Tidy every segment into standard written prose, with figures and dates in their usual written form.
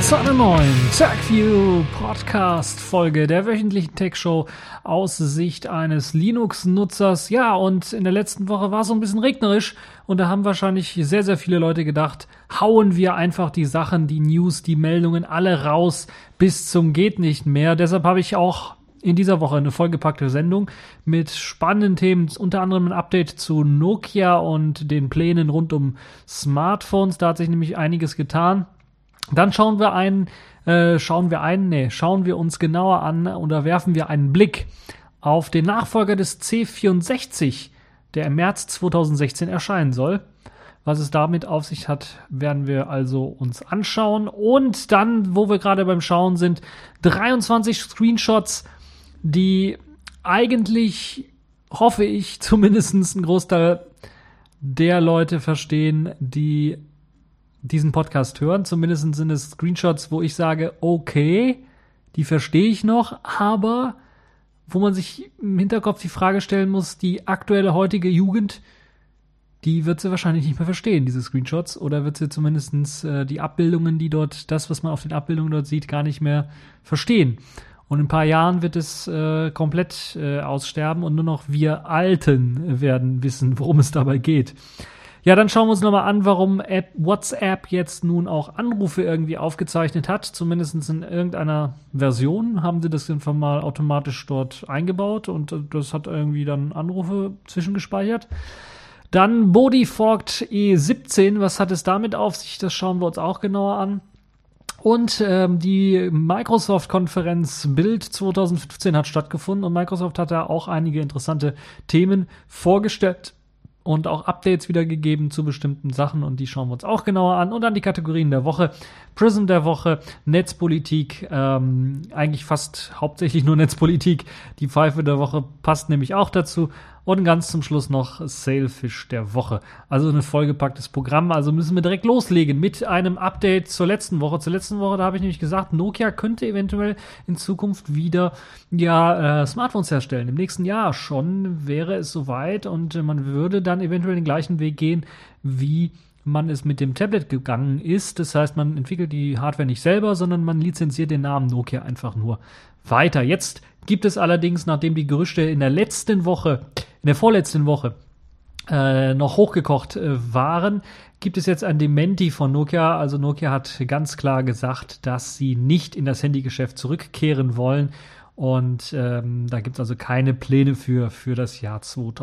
zu einer neuen TechView Podcast Folge der wöchentlichen Tech Show aus Sicht eines Linux-Nutzers. Ja, und in der letzten Woche war es so ein bisschen regnerisch und da haben wahrscheinlich sehr, sehr viele Leute gedacht, hauen wir einfach die Sachen, die News, die Meldungen alle raus bis zum geht nicht mehr. Deshalb habe ich auch in dieser Woche eine vollgepackte Sendung mit spannenden Themen, unter anderem ein Update zu Nokia und den Plänen rund um Smartphones. Da hat sich nämlich einiges getan. Dann schauen wir uns genauer an oder werfen wir einen Blick auf den Nachfolger des C64, der im März 2016 erscheinen soll. Was es damit auf sich hat, werden wir also uns anschauen. Und dann, wo wir gerade beim Schauen sind, 23 Screenshots, die eigentlich, hoffe ich, zumindest ein Großteil der Leute verstehen, die diesen Podcast hören. Zumindest sind es Screenshots, wo ich sage, okay, die verstehe ich noch, aber wo man sich im Hinterkopf die Frage stellen muss, die aktuelle heutige Jugend, die wird sie wahrscheinlich nicht mehr verstehen, diese Screenshots, oder wird sie zumindest die Abbildungen, die dort, das, was man auf den Abbildungen dort sieht, gar nicht mehr verstehen. Und in ein paar Jahren wird es komplett aussterben und nur noch wir Alten werden wissen, worum es dabei geht. Ja, dann schauen wir uns nochmal an, warum WhatsApp jetzt nun auch Anrufe irgendwie aufgezeichnet hat. Zumindest in irgendeiner Version haben sie das einfach mal automatisch dort eingebaut und das hat irgendwie dann Anrufe zwischengespeichert. Dann Bodyforked E17, was hat es damit auf sich? Das schauen wir uns auch genauer an. Und die Microsoft-Konferenz Build 2015 hat stattgefunden und Microsoft hat da auch einige interessante Themen vorgestellt und auch Updates wiedergegeben zu bestimmten Sachen und die schauen wir uns auch genauer an. Und dann die Kategorien der Woche, Prism der Woche, Netzpolitik, eigentlich fast hauptsächlich nur Netzpolitik. Die Pfeife der Woche passt nämlich auch dazu. Und ganz zum Schluss noch Sailfish der Woche. Also ein vollgepacktes Programm. Also müssen wir direkt loslegen mit einem Update zur letzten Woche. Zur letzten Woche, da habe ich nämlich gesagt, Nokia könnte eventuell in Zukunft wieder Smartphones herstellen. Im nächsten Jahr schon wäre es soweit und man würde dann eventuell den gleichen Weg gehen, wie man es mit dem Tablet gegangen ist. Das heißt, man entwickelt die Hardware nicht selber, sondern man lizenziert den Namen Nokia einfach nur weiter. Jetzt gibt es allerdings, nachdem die Gerüchte in der vorletzten Woche noch hochgekocht waren, gibt es jetzt ein Dementi von Nokia. Also Nokia hat ganz klar gesagt, dass sie nicht in das Handygeschäft zurückkehren wollen. Und da gibt es also keine Pläne für das Jahr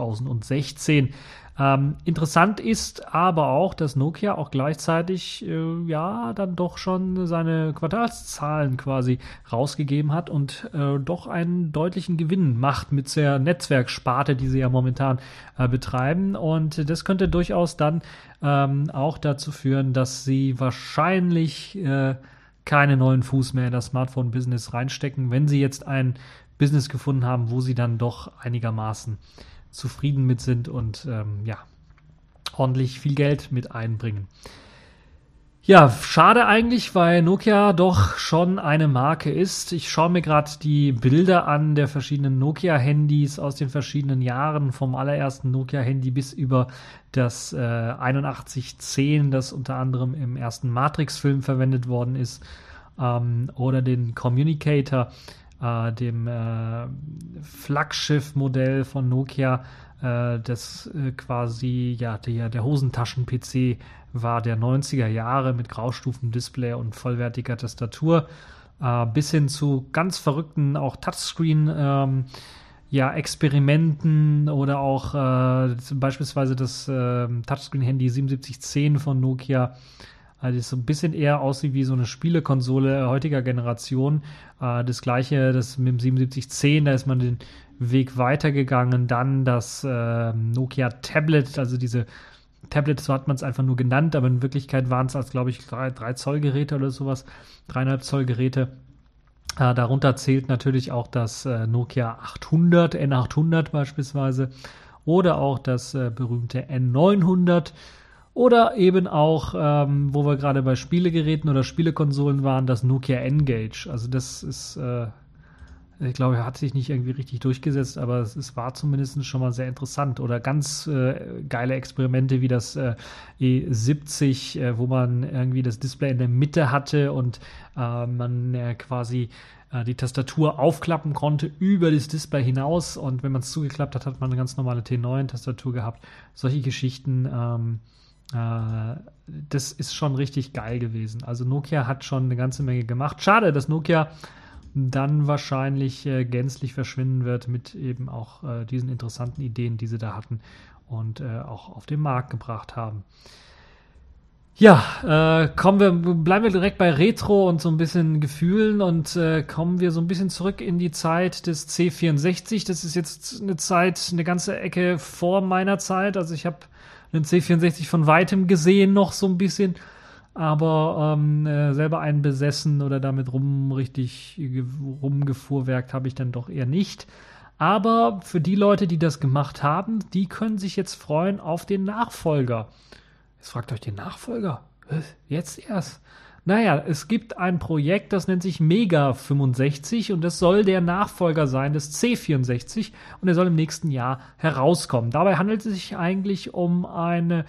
2016. Interessant ist aber auch, dass Nokia auch gleichzeitig dann doch schon seine Quartalszahlen quasi rausgegeben hat und doch einen deutlichen Gewinn macht mit der Netzwerksparte, die sie ja momentan betreiben. Und das könnte durchaus dann auch dazu führen, dass sie wahrscheinlich keine neuen Fuß mehr in das Smartphone-Business reinstecken, wenn sie jetzt ein Business gefunden haben, wo sie dann doch einigermaßen zufrieden mit sind und ordentlich viel Geld mit einbringen. Ja, schade eigentlich, weil Nokia doch schon eine Marke ist. Ich schaue mir gerade die Bilder an der verschiedenen Nokia-Handys aus den verschiedenen Jahren, vom allerersten Nokia-Handy bis über das 8110, das unter anderem im ersten Matrix-Film verwendet worden ist, oder den Communicator, dem Flaggschiff-Modell von Nokia, das quasi der Hosentaschen-PC war der 90er Jahre mit Graustufendisplay und vollwertiger Tastatur, bis hin zu ganz verrückten auch Touchscreen Experimenten oder auch beispielsweise das Touchscreen-Handy 7710 von Nokia, das so ein bisschen eher aussieht wie so eine Spielekonsole heutiger Generation. Das gleiche, das mit dem 7710, da ist man den Weg weitergegangen. Dann das Nokia Tablet, also diese Tablets, so hat man es einfach nur genannt, aber in Wirklichkeit waren es, glaube ich, 3 Zoll Geräte oder sowas, 3,5 Zoll Geräte. Darunter zählt natürlich auch das Nokia 800, N800 beispielsweise, oder auch das berühmte N900. Oder eben auch, wo wir gerade bei Spielegeräten oder Spielekonsolen waren, das Nokia N-Gage. Also das ist Ich glaube, er hat sich nicht irgendwie richtig durchgesetzt, aber es war zumindest schon mal sehr interessant. Oder ganz geile Experimente wie das E70, wo man irgendwie das Display in der Mitte hatte und man quasi die Tastatur aufklappen konnte über das Display hinaus. Und wenn man es zugeklappt hat, hat man eine ganz normale T9-Tastatur gehabt. Solche Geschichten, das ist schon richtig geil gewesen. Also Nokia hat schon eine ganze Menge gemacht. Schade, dass Nokia dann wahrscheinlich gänzlich verschwinden wird mit eben auch diesen interessanten Ideen, die sie da hatten und auch auf den Markt gebracht haben. Ja, bleiben wir direkt bei Retro und so ein bisschen Gefühlen und kommen wir so ein bisschen zurück in die Zeit des C64. Das ist jetzt eine ganze Ecke vor meiner Zeit. Also ich habe einen C64 von weitem gesehen, noch so ein bisschen, aber selber einen besessen oder damit rumgefuhrwerkt habe ich dann doch eher nicht. Aber für die Leute, die das gemacht haben, die können sich jetzt freuen auf den Nachfolger. Jetzt fragt euch den Nachfolger. Jetzt erst. Naja, es gibt ein Projekt, das nennt sich Mega 65 und das soll der Nachfolger sein des C64 und er soll im nächsten Jahr herauskommen. Dabei handelt es sich eigentlich um eine,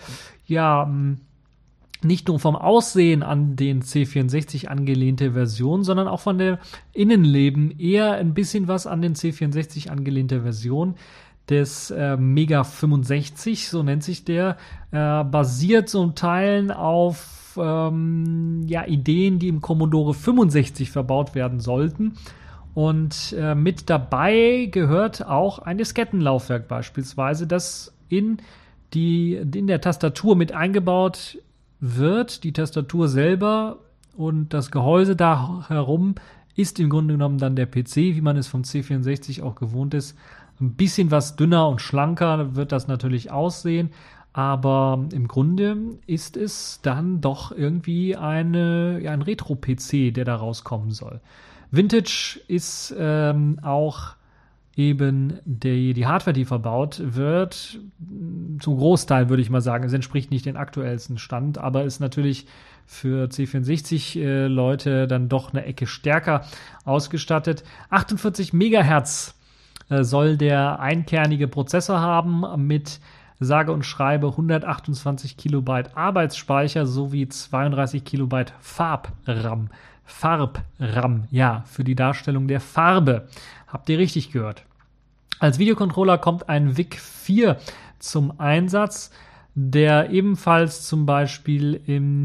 nicht nur vom Aussehen an den C64 angelehnte Version, sondern auch von der Innenleben eher ein bisschen was an den C64 angelehnte Version des Mega 65, so nennt sich der, basiert zum Teilen auf Ideen, die im Commodore 65 verbaut werden sollten. Und mit dabei gehört auch ein Diskettenlaufwerk beispielsweise, das in der Tastatur mit eingebaut wird. Die Tastatur selber und das Gehäuse da herum ist im Grunde genommen dann der PC, wie man es vom C64 auch gewohnt ist. Ein bisschen was dünner und schlanker wird das natürlich aussehen, aber im Grunde ist es dann doch irgendwie ein Retro-PC, der da rauskommen soll. Vintage ist auch eben die Hardware, die verbaut wird, zum Großteil würde ich mal sagen, es entspricht nicht den aktuellsten Stand, aber ist natürlich für C64 Leute dann doch eine Ecke stärker ausgestattet. 48 Megahertz soll der einkernige Prozessor haben mit sage und schreibe 128 Kilobyte Arbeitsspeicher sowie 32 Kilobyte Farbram, ja, für die Darstellung der Farbe. Habt ihr richtig gehört. Als Videocontroller kommt ein VIC-4 zum Einsatz, der ebenfalls zum Beispiel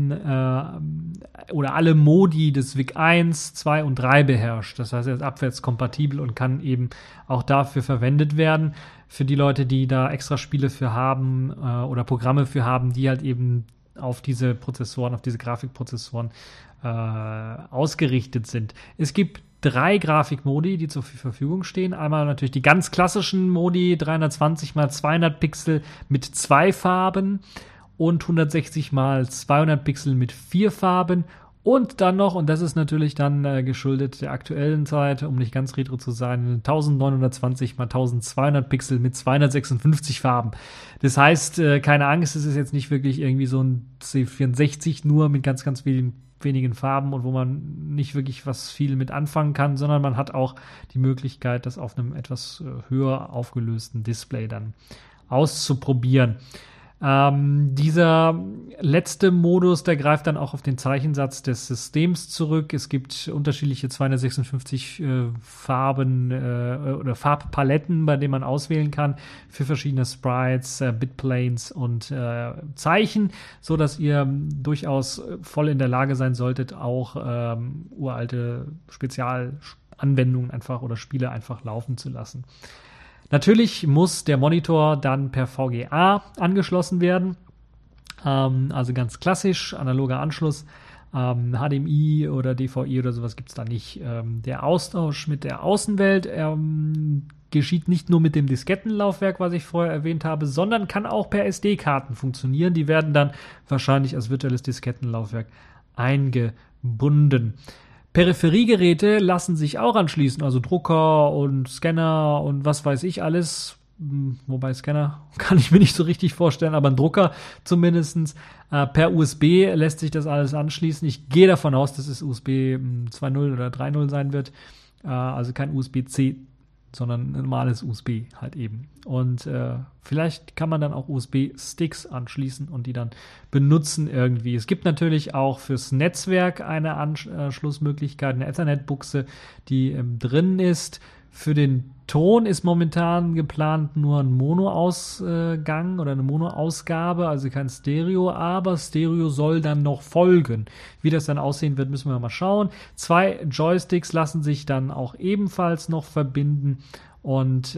oder alle Modi des VIC 1, 2 und 3 beherrscht. Das heißt, er ist abwärtskompatibel und kann eben auch dafür verwendet werden. Für die Leute, die da extra Spiele für haben oder Programme für haben, die halt eben auf diese Prozessoren, auf diese Grafikprozessoren ausgerichtet sind. Es gibt 3 Grafikmodi, die zur Verfügung stehen. Einmal natürlich die ganz klassischen Modi, 320 x 200 Pixel mit 2 Farben und 160 x 200 Pixel mit 4 Farben. Und dann noch, und das ist natürlich dann geschuldet der aktuellen Zeit, um nicht ganz retro zu sein, 1920 x 1200 Pixel mit 256 Farben. Das heißt, keine Angst, es ist jetzt nicht wirklich irgendwie so ein C64 nur mit ganz, ganz wenigen Farben und wo man nicht wirklich was viel mit anfangen kann, sondern man hat auch die Möglichkeit, das auf einem etwas höher aufgelösten Display dann auszuprobieren. Dieser letzte Modus, der greift dann auch auf den Zeichensatz des Systems zurück. Es gibt unterschiedliche 256 Farben oder Farbpaletten, bei denen man auswählen kann für verschiedene Sprites, Bitplanes und Zeichen, so dass ihr durchaus voll in der Lage sein solltet, auch uralte Spezialanwendungen einfach oder Spiele einfach laufen zu lassen. Natürlich muss der Monitor dann per VGA angeschlossen werden, also ganz klassisch, analoger Anschluss, HDMI oder DVI oder sowas gibt es da nicht. Der Austausch mit der Außenwelt geschieht nicht nur mit dem Diskettenlaufwerk, was ich vorher erwähnt habe, sondern kann auch per SD-Karten funktionieren. Die werden dann wahrscheinlich als virtuelles Diskettenlaufwerk eingebunden. Peripheriegeräte lassen sich auch anschließen, also Drucker und Scanner und was weiß ich alles. Wobei Scanner kann ich mir nicht so richtig vorstellen, aber ein Drucker zumindestens. Per USB lässt sich das alles anschließen. Ich gehe davon aus, dass es USB 2.0 oder 3.0 sein wird. also kein USB-C, sondern ein normales USB halt eben. Und vielleicht kann man dann auch USB-Sticks anschließen und die dann benutzen irgendwie. Es gibt natürlich auch fürs Netzwerk eine Anschlussmöglichkeit, eine Ethernet-Buchse, die drin ist. Für den Ton ist momentan geplant nur ein Mono-Ausgang oder eine Mono-Ausgabe, also kein Stereo, aber Stereo soll dann noch folgen. Wie das dann aussehen wird, müssen wir mal schauen. 2 Joysticks lassen sich dann auch ebenfalls noch verbinden und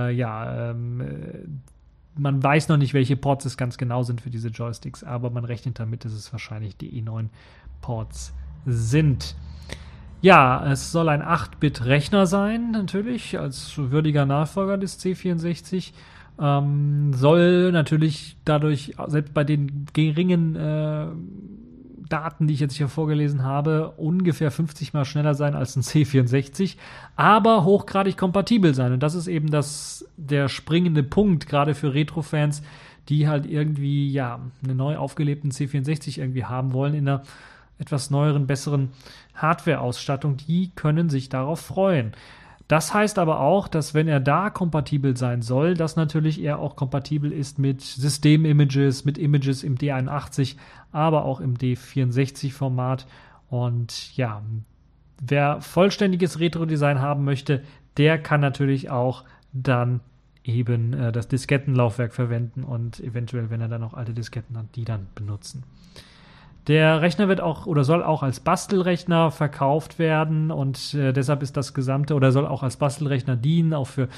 man weiß noch nicht, welche Ports es ganz genau sind für diese Joysticks, aber man rechnet damit, dass es wahrscheinlich die E9-Ports sind. Ja, es soll ein 8-Bit-Rechner sein, natürlich, als würdiger Nachfolger des C64. Soll natürlich dadurch, selbst bei den geringen Daten, die ich jetzt hier vorgelesen habe, ungefähr 50 mal schneller sein als ein C64, aber hochgradig kompatibel sein. Und das ist eben der springende Punkt, gerade für Retro-Fans, die halt irgendwie, einen neu aufgelebten C64 irgendwie haben wollen in einer etwas neueren, besseren Hardware-Ausstattung, die können sich darauf freuen. Das heißt aber auch, dass wenn er da kompatibel sein soll, dass natürlich er auch kompatibel ist mit System-Images, mit Images im D81, aber auch im D64-Format. Und ja, wer vollständiges Retro-Design haben möchte, der kann natürlich auch dann eben das Diskettenlaufwerk verwenden und eventuell, wenn er dann noch alte Disketten hat, die dann benutzen. Der Rechner wird auch oder soll auch als Bastelrechner verkauft werden und deshalb ist das gesamte oder soll auch als Bastelrechner dienen, auch für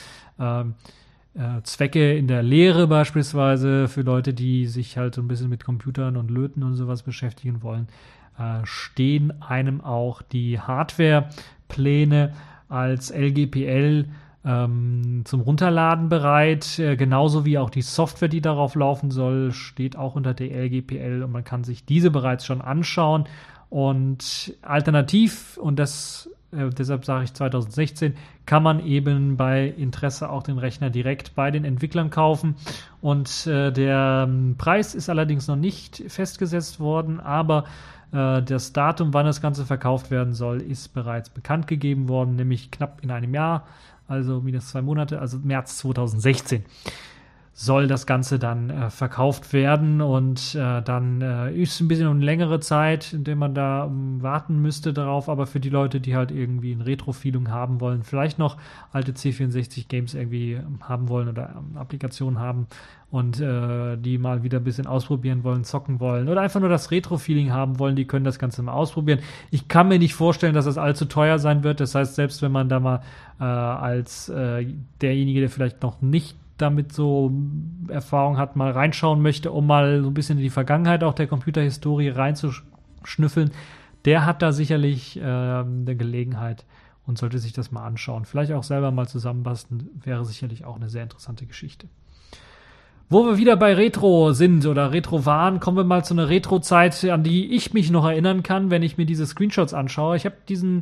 Zwecke in der Lehre beispielsweise, für Leute, die sich halt so ein bisschen mit Computern und Löten und sowas beschäftigen wollen, stehen einem auch die Hardwarepläne als LGPL zum Runterladen bereit, genauso wie auch die Software, die darauf laufen soll, steht auch unter der LGPL und man kann sich diese bereits schon anschauen und alternativ, und deshalb sage ich 2016, kann man eben bei Interesse auch den Rechner direkt bei den Entwicklern kaufen und der Preis ist allerdings noch nicht festgesetzt worden, aber das Datum, wann das Ganze verkauft werden soll, ist bereits bekannt gegeben worden, nämlich knapp in einem Jahr, also minus 2 Monate, also März 2016 soll das Ganze dann verkauft werden und dann ist ein bisschen eine längere Zeit, in der man da warten müsste darauf, aber für die Leute, die halt irgendwie ein Retro-Feeling haben wollen, vielleicht noch alte C64-Games irgendwie haben wollen oder Applikationen haben und die mal wieder ein bisschen ausprobieren wollen, zocken wollen oder einfach nur das Retro-Feeling haben wollen, die können das Ganze mal ausprobieren. Ich kann mir nicht vorstellen, dass das allzu teuer sein wird, das heißt, selbst wenn man da mal als derjenige, der vielleicht noch nicht damit so Erfahrung hat, mal reinschauen möchte, um mal so ein bisschen in die Vergangenheit auch der Computerhistorie reinzuschnüffeln, der hat da sicherlich eine Gelegenheit und sollte sich das mal anschauen. Vielleicht auch selber mal zusammenbasteln, wäre sicherlich auch eine sehr interessante Geschichte. Wo wir wieder bei Retro sind oder Retro waren, kommen wir mal zu einer Retro-Zeit, an die ich mich noch erinnern kann, wenn ich mir diese Screenshots anschaue. Ich habe diesen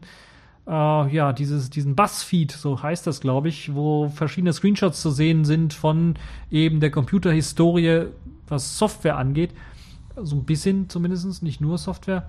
Buzzfeed, so heißt das, glaube ich, wo verschiedene Screenshots zu sehen sind von eben der Computerhistorie, was Software angeht. So ein bisschen zumindest, nicht nur Software,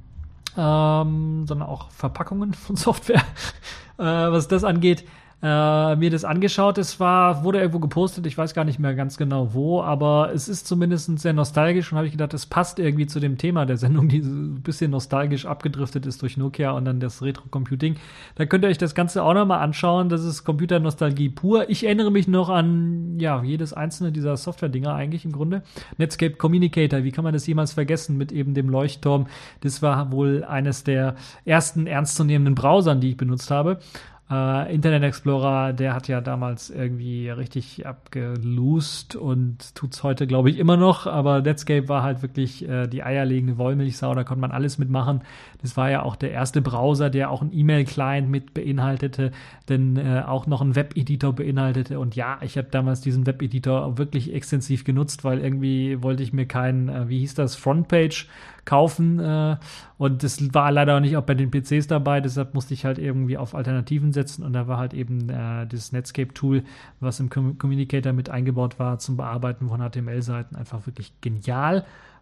sondern auch Verpackungen von Software, was das angeht. Mir das angeschaut, wurde irgendwo gepostet, ich weiß gar nicht mehr ganz genau wo, aber es ist zumindest sehr nostalgisch und habe ich gedacht, es passt irgendwie zu dem Thema der Sendung, die so ein bisschen nostalgisch abgedriftet ist durch Nokia und dann das Retro-Computing. Da könnt ihr euch das Ganze auch nochmal anschauen, das ist Computernostalgie pur. Ich erinnere mich noch an, jedes einzelne dieser Software-Dinger eigentlich im Grunde. Netscape Communicator, wie kann man das jemals vergessen mit eben dem Leuchtturm? Das war wohl eines der ersten ernstzunehmenden Browsern, die ich benutzt habe. Internet Explorer, der hat ja damals irgendwie richtig abgelost und tut's heute, glaube ich, immer noch, aber Netscape war halt wirklich die eierlegende Wollmilchsau, da konnte man alles mitmachen. Das war ja auch der erste Browser, der auch einen E-Mail-Client mit beinhaltete, denn auch noch einen Web-Editor beinhaltete und ja, ich habe damals diesen Web-Editor wirklich extensiv genutzt, weil irgendwie wollte ich mir keinen, Frontpage kaufen und das war leider auch nicht auch bei den PCs dabei, deshalb musste ich halt irgendwie auf Alternativen setzen und da war halt eben das Netscape-Tool, was im Communicator mit eingebaut war zum Bearbeiten von HTML-Seiten, einfach wirklich genial,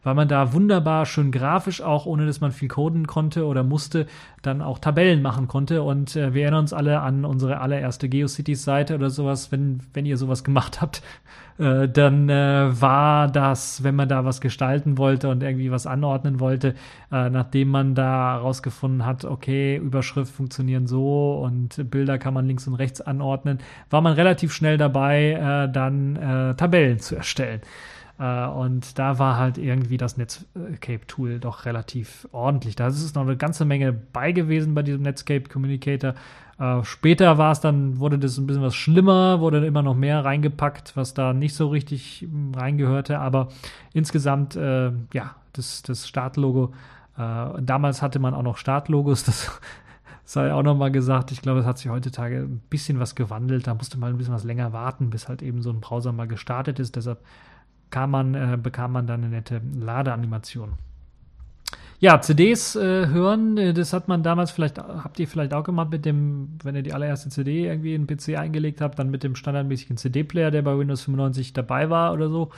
weil man da wunderbar schön grafisch auch, ohne dass man viel coden konnte oder musste, dann auch Tabellen machen konnte. Und wir erinnern uns alle an unsere allererste GeoCities-Seite oder sowas, wenn ihr sowas gemacht habt, dann war das, wenn man da was gestalten wollte und irgendwie was anordnen wollte, nachdem man da rausgefunden hat, okay, Überschrift funktionieren so und Bilder kann man links und rechts anordnen, war man relativ schnell dabei, dann Tabellen zu erstellen. Und da war halt irgendwie das Netscape-Tool doch relativ ordentlich. Da ist noch eine ganze Menge bei gewesen bei diesem Netscape Communicator. Später wurde das ein bisschen was schlimmer, wurde immer noch mehr reingepackt, was da nicht so richtig reingehörte. Aber insgesamt, das Startlogo, damals hatte man auch noch Startlogos, das sei auch nochmal gesagt. Ich glaube, es hat sich heutzutage ein bisschen was gewandelt. Da musste man ein bisschen was länger warten, bis halt eben so ein Browser mal gestartet ist. Deshalb bekam man dann eine nette Ladeanimation. Ja, CDs hören, das hat man damals habt ihr vielleicht auch gemacht wenn ihr die allererste CD irgendwie in den PC eingelegt habt, dann mit dem standardmäßigen CD-Player, der bei Windows 95 dabei war oder so.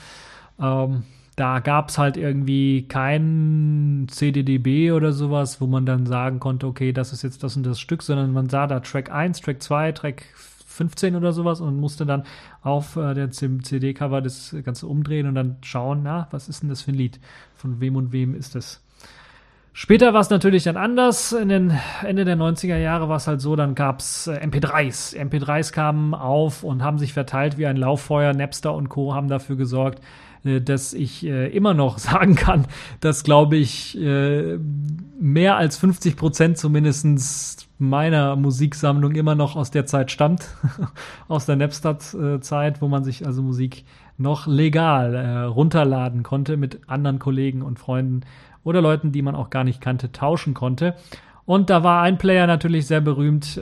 Da gab es halt irgendwie kein CDDB oder sowas, wo man dann sagen konnte, okay, das ist jetzt das und das Stück, sondern man sah da Track 1, Track 2, Track 15 oder sowas und musste dann auf der CD-Cover das Ganze umdrehen und dann schauen, was ist denn das für ein Lied? Von wem und wem ist das? Später war es natürlich dann anders. In den Ende der 90er Jahre war es halt so, dann gab es MP3s. MP3s kamen auf und haben sich verteilt wie ein Lauffeuer. Napster und Co. haben dafür gesorgt, dass ich immer noch sagen kann, dass, glaube ich, mehr als 50% zumindest meiner Musiksammlung immer noch aus der Zeit stammt, aus der Napster-Zeit, wo man sich also Musik noch legal runterladen konnte mit anderen Kollegen und Freunden oder Leuten, die man auch gar nicht kannte, tauschen konnte. Und da war ein Player natürlich sehr berühmt,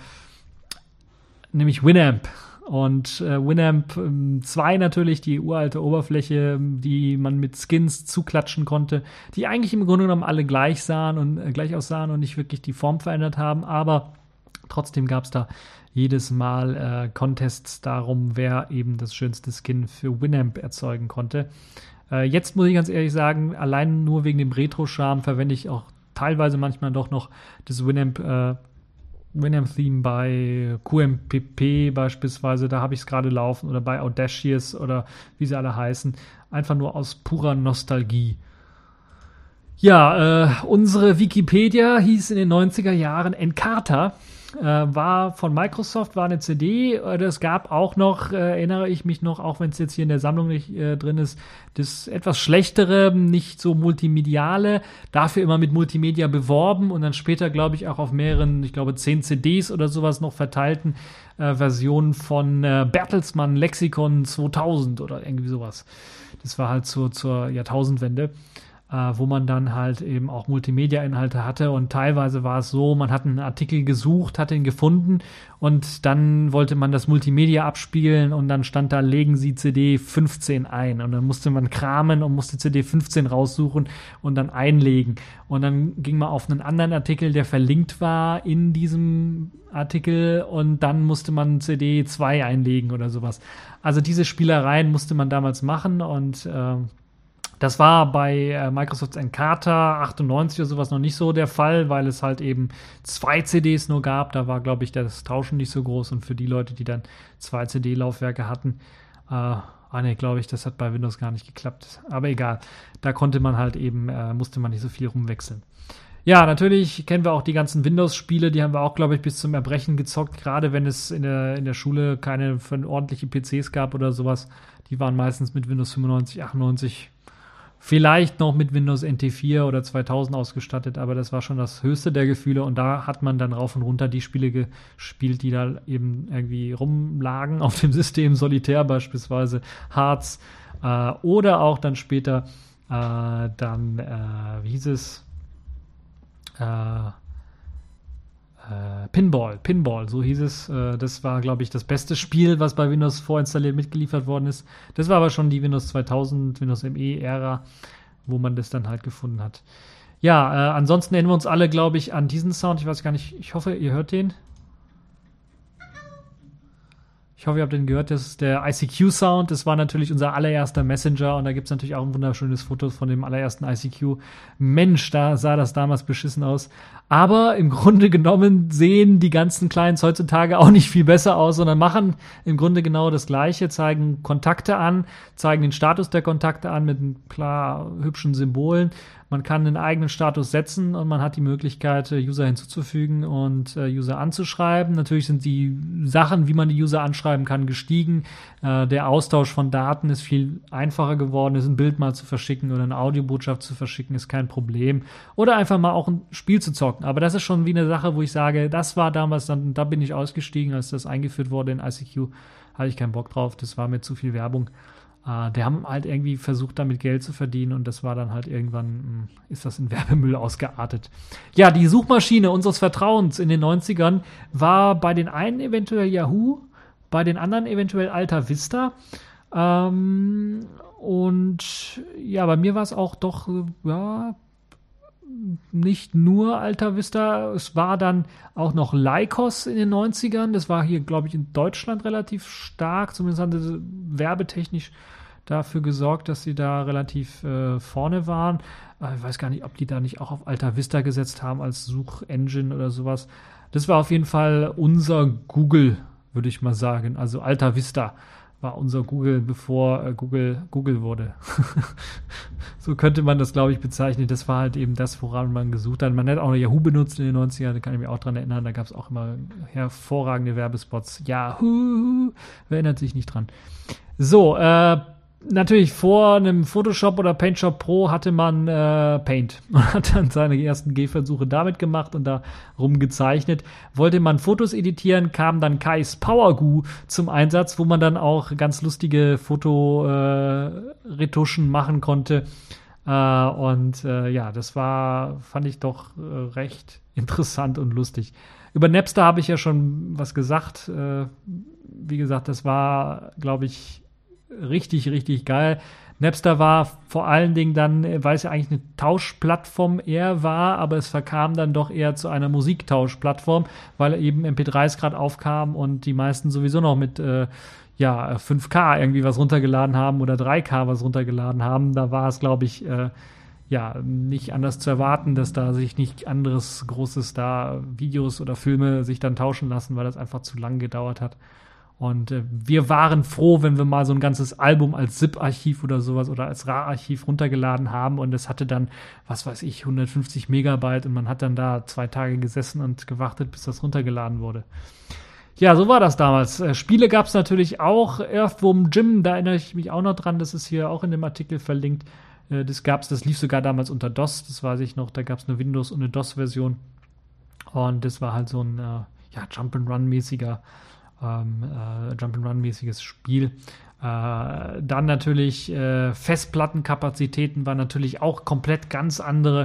nämlich Winamp. Und Winamp 2 natürlich, die uralte Oberfläche, die man mit Skins zuklatschen konnte, die eigentlich im Grunde genommen alle gleich aussahen und nicht wirklich die Form verändert haben, aber trotzdem gab es da jedes Mal Contests darum, wer eben das schönste Skin für Winamp erzeugen konnte. Jetzt muss ich ganz ehrlich sagen, allein nur wegen dem Retro-Charme verwende ich auch teilweise manchmal doch noch das Winamp-Theme bei QMPP beispielsweise, da habe ich es gerade laufen, oder bei Audacious oder wie sie alle heißen, einfach nur aus purer Nostalgie. Ja, unsere Wikipedia hieß in den 90er Jahren Encarta, war von Microsoft, war eine CD. Es gab auch noch, erinnere ich mich noch, auch wenn es jetzt hier in der Sammlung nicht drin ist, das etwas schlechtere, nicht so multimediale, dafür immer mit Multimedia beworben und dann später, glaube ich, auch auf mehreren, ich glaube 10 CDs oder sowas noch verteilten Versionen von Bertelsmann Lexikon 2000 oder irgendwie sowas. Das war halt zur Jahrtausendwende. Wo man dann halt eben auch Multimedia-Inhalte hatte und teilweise war es so, man hat einen Artikel gesucht, hat ihn gefunden und dann wollte man das Multimedia abspielen und dann stand da, legen Sie CD 15 ein und dann musste man kramen und musste CD 15 raussuchen und dann einlegen und dann ging man auf einen anderen Artikel, der verlinkt war in diesem Artikel und dann musste man CD 2 einlegen oder sowas. Also diese Spielereien musste man damals machen und das war bei Microsofts Encarta 98 oder sowas noch nicht so der Fall, weil es halt eben 2 CDs nur gab. Da war, glaube ich, das Tauschen nicht so groß. Und für die Leute, die dann 2 CD-Laufwerke hatten, glaube ich, das hat bei Windows gar nicht geklappt. Aber egal, da konnte man halt eben, musste man nicht so viel rumwechseln. Ja, natürlich kennen wir auch die ganzen Windows-Spiele, die haben wir auch, glaube ich, bis zum Erbrechen gezockt, gerade wenn es in der Schule keine ordentliche PCs gab oder sowas. Die waren meistens mit Windows 95, 98, vielleicht noch mit Windows NT 4 oder 2000 ausgestattet, aber das war schon das höchste der Gefühle und da hat man dann rauf und runter die Spiele gespielt, die da eben irgendwie rumlagen auf dem System, Solitär beispielsweise, Hearts oder auch dann später wie hieß es? Pinball, so hieß es. Das war, glaube ich, das beste Spiel, was bei Windows vorinstalliert mitgeliefert worden ist. Das war aber schon die Windows 2000, Windows ME-Ära, wo man das dann halt gefunden hat. Ja, ansonsten erinnern wir uns alle, glaube ich, an diesen Sound. Ich weiß gar nicht, ich hoffe, ihr hört den. Ich hoffe, ihr habt den gehört. Das ist der ICQ-Sound. Das war natürlich unser allererster Messenger. Und da gibt es natürlich auch ein wunderschönes Foto von dem allerersten ICQ. Mensch, da sah das damals beschissen aus. Aber im Grunde genommen sehen die ganzen Clients heutzutage auch nicht viel besser aus, sondern machen im Grunde genau das Gleiche, zeigen Kontakte an, zeigen den Status der Kontakte an mit klar hübschen Symbolen. Man kann einen eigenen Status setzen und man hat die Möglichkeit, User hinzuzufügen und User anzuschreiben. Natürlich sind die Sachen, wie man die User anschreiben kann, gestiegen. Der Austausch von Daten ist viel einfacher geworden. Ein Bild mal zu verschicken oder eine Audiobotschaft zu verschicken, ist kein Problem. Oder einfach mal auch ein Spiel zu zocken. Aber das ist schon wie eine Sache, wo ich sage, das war damals dann, da bin ich ausgestiegen, als das eingeführt wurde in ICQ. Hatte ich keinen Bock drauf, das war mir zu viel Werbung. Die haben halt irgendwie versucht, damit Geld zu verdienen und das war dann halt irgendwann, ist das in Werbemüll ausgeartet. Ja, die Suchmaschine unseres Vertrauens in den 90ern war bei den einen eventuell Yahoo, bei den anderen eventuell Alta Vista. Und ja, bei mir war es auch doch, ja, nicht nur Alta Vista, es war dann auch noch Lycos in den 90ern, das war hier, glaube ich, in Deutschland relativ stark, zumindest haben sie werbetechnisch dafür gesorgt, dass sie da relativ vorne waren. Ich weiß gar nicht, ob die da nicht auch auf Alta Vista gesetzt haben als Suchengine oder sowas. Das war auf jeden Fall unser Google, würde ich mal sagen, also Alta Vista war unser Google, bevor Google wurde. So könnte man das, glaube ich, bezeichnen. Das war halt eben das, woran man gesucht hat. Man hat auch noch Yahoo benutzt in den 90ern, da kann ich mich auch dran erinnern. Da gab es auch immer hervorragende Werbespots. Yahoo! Wer erinnert sich nicht dran? So, natürlich vor einem Photoshop oder PaintShop Pro hatte man Paint und hat dann seine ersten Gehversuche damit gemacht und da rumgezeichnet. Wollte man Fotos editieren, kam dann Kais PowerGoo zum Einsatz, wo man dann auch ganz lustige Fotoretuschen machen konnte. Ja, das fand ich doch recht interessant und lustig. Über Napster habe ich ja schon was gesagt. Wie gesagt, das war, glaube ich, richtig, richtig geil. Napster war vor allen Dingen dann, weil es ja eigentlich eine Tauschplattform eher war, aber es verkam dann doch eher zu einer Musiktauschplattform, weil eben MP3s gerade aufkamen und die meisten sowieso noch mit 5K irgendwie was runtergeladen haben oder 3K was runtergeladen haben. Da war es, glaube ich, nicht anders zu erwarten, dass da sich nicht anderes Großes da Videos oder Filme sich dann tauschen lassen, weil das einfach zu lang gedauert hat. Und wir waren froh, wenn wir mal so ein ganzes Album als ZIP-Archiv oder sowas oder als RAR-Archiv runtergeladen haben und es hatte dann, was weiß ich, 150 Megabyte und man hat dann da 2 Tage gesessen und gewartet, bis das runtergeladen wurde. Ja, so war das damals. Spiele gab es natürlich auch. Earthworm Jim, da erinnere ich mich auch noch dran, das ist hier auch in dem Artikel verlinkt. Das lief sogar damals unter DOS, das weiß ich noch, da gab es eine Windows- und eine DOS-Version. Und das war halt so ein Jump'n'Run-mäßiges Spiel. Dann natürlich Festplattenkapazitäten waren natürlich auch komplett ganz andere.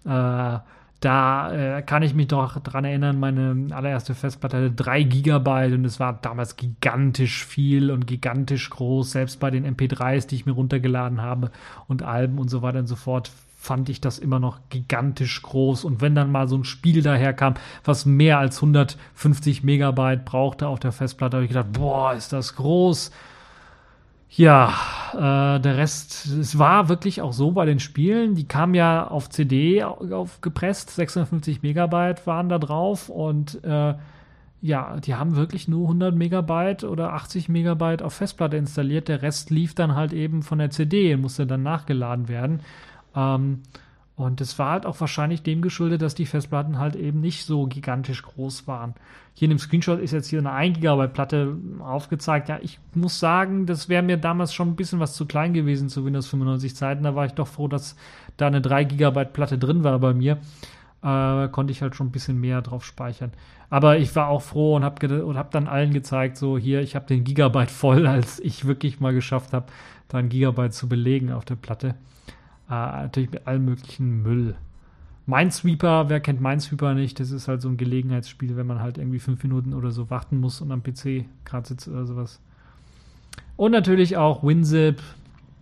Da kann ich mich doch dran erinnern, meine allererste Festplatte hatte 3 Gigabyte und es war damals gigantisch viel und gigantisch groß. Selbst bei den MP3s, die ich mir runtergeladen habe und Alben und so weiter und so fort, fand ich das immer noch gigantisch groß. Und wenn dann mal so ein Spiel daherkam, was mehr als 150 Megabyte brauchte auf der Festplatte, habe ich gedacht, boah, ist das groß. Ja, der Rest, es war wirklich auch so bei den Spielen, die kamen ja auf CD aufgepresst, 650 Megabyte waren da drauf und die haben wirklich nur 100 Megabyte oder 80 Megabyte auf Festplatte installiert, der Rest lief dann halt eben von der CD und musste dann nachgeladen werden. Und es war halt auch wahrscheinlich dem geschuldet, dass die Festplatten halt eben nicht so gigantisch groß waren. Hier in dem Screenshot ist jetzt hier eine 1 Gigabyte Platte aufgezeigt. Ja, ich muss sagen, das wäre mir damals schon ein bisschen was zu klein gewesen zu Windows 95 Zeiten. Da war ich doch froh, dass da eine 3 Gigabyte Platte drin war bei mir. Konnte ich halt schon ein bisschen mehr drauf speichern. Aber ich war auch froh und hab dann allen gezeigt, so hier, ich habe den Gigabyte voll, als ich wirklich mal geschafft habe, da ein Gigabyte zu belegen auf der Platte. Natürlich mit allem möglichen Müll. Minesweeper, wer kennt Minesweeper nicht? Das ist halt so ein Gelegenheitsspiel, wenn man halt irgendwie 5 Minuten oder so warten muss und am PC gerade sitzt oder sowas. Und natürlich auch WinZip,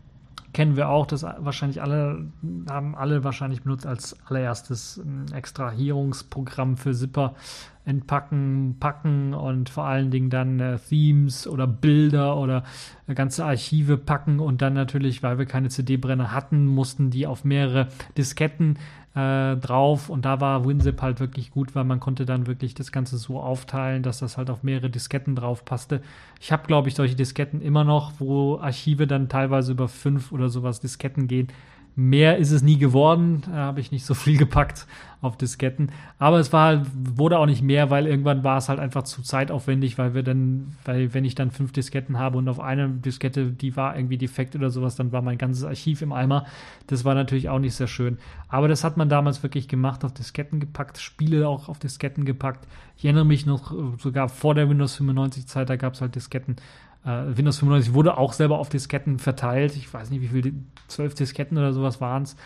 kennen wir auch, das wahrscheinlich haben alle wahrscheinlich benutzt als allererstes ein Extrahierungsprogramm für Zipper entpacken, packen und vor allen Dingen dann Themes oder Bilder oder ganze Archive packen und dann natürlich, weil wir keine CD-Brenner hatten, mussten die auf mehrere Disketten drauf und da war WinZip halt wirklich gut, weil man konnte dann wirklich das Ganze so aufteilen, dass das halt auf mehrere Disketten drauf passte. Ich habe, glaube ich, solche Disketten immer noch, wo Archive dann teilweise über 5 oder sowas Disketten gehen. Mehr ist es nie geworden, da habe ich nicht so viel gepackt auf Disketten. Aber es wurde auch nicht mehr, weil irgendwann war es halt einfach zu zeitaufwendig, weil wenn ich dann 5 Disketten habe und auf einer Diskette, die war irgendwie defekt oder sowas, dann war mein ganzes Archiv im Eimer. Das war natürlich auch nicht sehr schön. Aber das hat man damals wirklich gemacht, auf Disketten gepackt, Spiele auch auf Disketten gepackt. Ich erinnere mich noch, sogar vor der Windows 95 Zeit, da gab es halt Disketten. Windows 95 wurde auch selber auf Disketten verteilt. Ich weiß nicht, wie viele, 12 Disketten oder sowas waren es.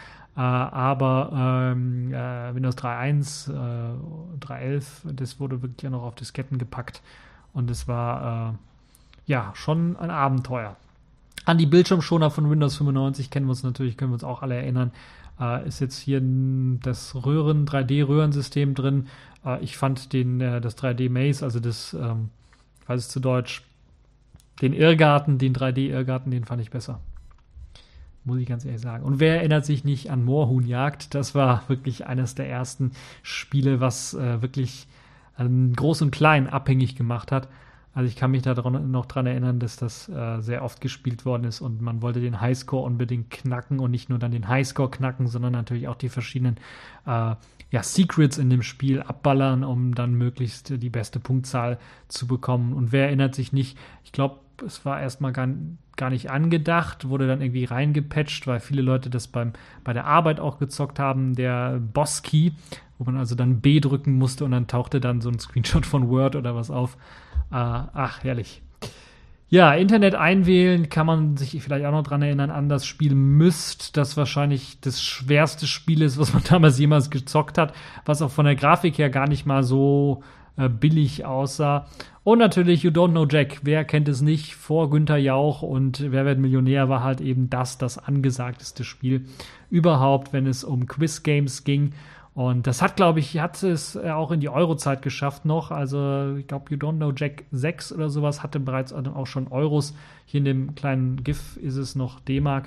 Aber Windows 3.1, 3.11, das wurde wirklich auch noch auf Disketten gepackt. Und es war schon ein Abenteuer. An die Bildschirmschoner von Windows 95 können wir uns auch alle erinnern. Ist jetzt hier das 3D-Röhrensystem drin. Ich fand das 3D-Maze, also das, was ist zu Deutsch, den 3D-Irrgarten, den fand ich besser. Muss ich ganz ehrlich sagen. Und wer erinnert sich nicht an Moorhuhnjagd? Das war wirklich eines der ersten Spiele, was wirklich Groß und Klein abhängig gemacht hat. Also ich kann mich da noch dran erinnern, dass das sehr oft gespielt worden ist und man wollte den Highscore unbedingt knacken und nicht nur dann den Highscore knacken, sondern natürlich auch die verschiedenen Secrets in dem Spiel abballern, um dann möglichst die beste Punktzahl zu bekommen. Und wer erinnert sich nicht? Ich glaube, es war erstmal gar nicht angedacht, wurde dann irgendwie reingepatcht, weil viele Leute das bei der Arbeit auch gezockt haben, der Boss-Key, wo man also dann B drücken musste und dann tauchte dann so ein Screenshot von Word oder was auf. Herrlich. Ja, Internet einwählen kann man sich vielleicht auch noch dran erinnern an das Spiel Myst, das wahrscheinlich das schwerste Spiel ist, was man damals jemals gezockt hat, was auch von der Grafik her gar nicht mal so billig aussah. Und natürlich You Don't Know Jack. Wer kennt es nicht? Vor Günther Jauch und Wer wird Millionär war halt eben das angesagteste Spiel überhaupt, wenn es um Quiz-Games ging. Und das hat es auch in die Eurozeit geschafft noch. Also ich glaube, You Don't Know Jack 6 oder sowas hatte bereits auch schon Euros. Hier in dem kleinen GIF ist es noch D-Mark.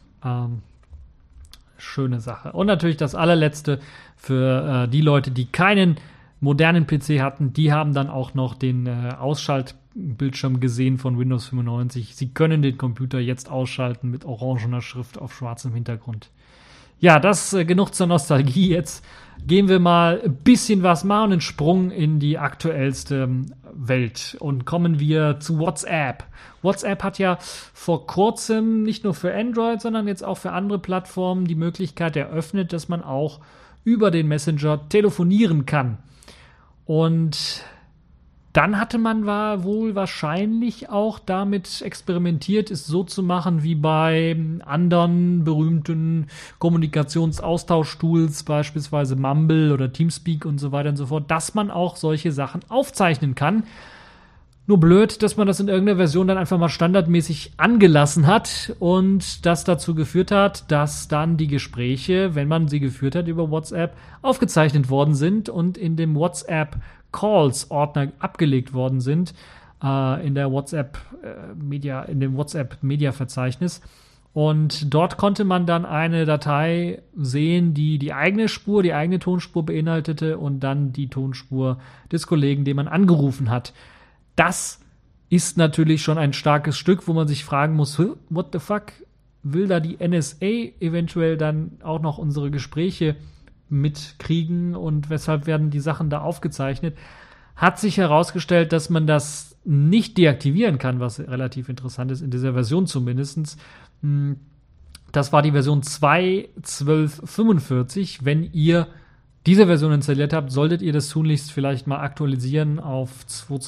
Schöne Sache. Und natürlich das allerletzte für die Leute, die keinen modernen PC hatten, die haben dann auch noch den Ausschaltbildschirm gesehen von Windows 95. Sie können den Computer jetzt ausschalten mit orangener Schrift auf schwarzem Hintergrund. Ja, das genug zur Nostalgie. Jetzt gehen wir mal ein bisschen machen, einen Sprung in die aktuellste Welt und kommen wir zu WhatsApp. WhatsApp hat ja vor kurzem nicht nur für Android, sondern jetzt auch für andere Plattformen die Möglichkeit eröffnet, dass man auch über den Messenger telefonieren kann. Und dann hatte man wohl wahrscheinlich auch damit experimentiert, es so zu machen wie bei anderen berühmten Kommunikationsaustausch-Tools, beispielsweise Mumble oder Teamspeak und so weiter und so fort, dass man auch solche Sachen aufzeichnen kann. Nur blöd, dass man das in irgendeiner Version dann einfach mal standardmäßig angelassen hat und das dazu geführt hat, dass dann die Gespräche, wenn man sie geführt hat über WhatsApp, aufgezeichnet worden sind und in dem WhatsApp Calls-Ordner abgelegt worden sind, in der in dem WhatsApp-Media-Verzeichnis. Und dort konnte man dann eine Datei sehen, die eigene Tonspur beinhaltete und dann die Tonspur des Kollegen, den man angerufen hat. Das ist natürlich schon ein starkes Stück, wo man sich fragen muss, what the fuck, will da die NSA eventuell dann auch noch unsere Gespräche mitkriegen und weshalb werden die Sachen da aufgezeichnet? Hat sich herausgestellt, dass man das nicht deaktivieren kann, was relativ interessant ist, in dieser Version zumindest. Das war die Version 2.12.45. Wenn ihr diese Version installiert habt, solltet ihr das tunlichst vielleicht mal aktualisieren auf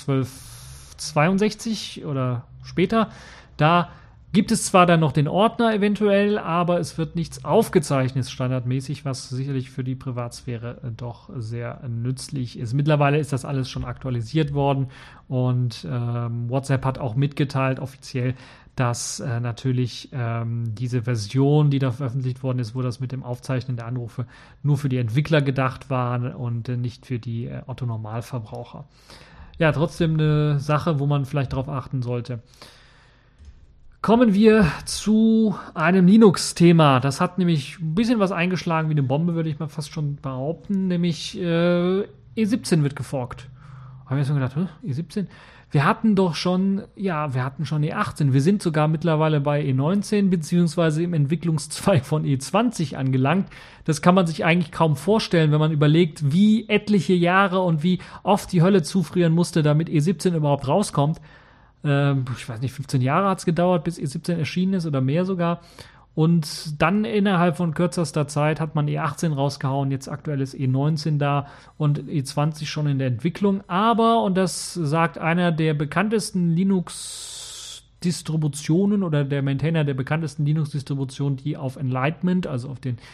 2.12.62 oder später. Da gibt es zwar dann noch den Ordner eventuell, aber es wird nichts aufgezeichnet standardmäßig, was sicherlich für die Privatsphäre doch sehr nützlich ist. Mittlerweile ist das alles schon aktualisiert worden und WhatsApp hat auch mitgeteilt offiziell, dass natürlich diese Version, die da veröffentlicht worden ist, wo das mit dem Aufzeichnen der Anrufe nur für die Entwickler gedacht war und nicht für die Otto-Normalverbraucher. Ja, trotzdem eine Sache, wo man vielleicht darauf achten sollte. Kommen wir zu einem Linux-Thema. Das hat nämlich ein bisschen was eingeschlagen wie eine Bombe, würde ich mal fast schon behaupten. Nämlich E17 wird geforkt. Haben wir jetzt schon gedacht, E17? Wir hatten schon E18. Wir sind sogar mittlerweile bei E19 beziehungsweise im Entwicklungszweig von E20 angelangt. Das kann man sich eigentlich kaum vorstellen, wenn man überlegt, wie etliche Jahre und wie oft die Hölle zufrieren musste, damit E17 überhaupt rauskommt. Ich weiß nicht, 15 Jahre hat es gedauert, bis E17 erschienen ist oder mehr sogar. Und dann innerhalb von kürzester Zeit hat man E18 rausgehauen, jetzt aktuell ist E19 da und E20 schon in der Entwicklung. Aber, und das sagt einer der bekanntesten Linux-Distributionen oder der Maintainer der bekanntesten Linux-Distributionen, die auf Enlightenment, also auf den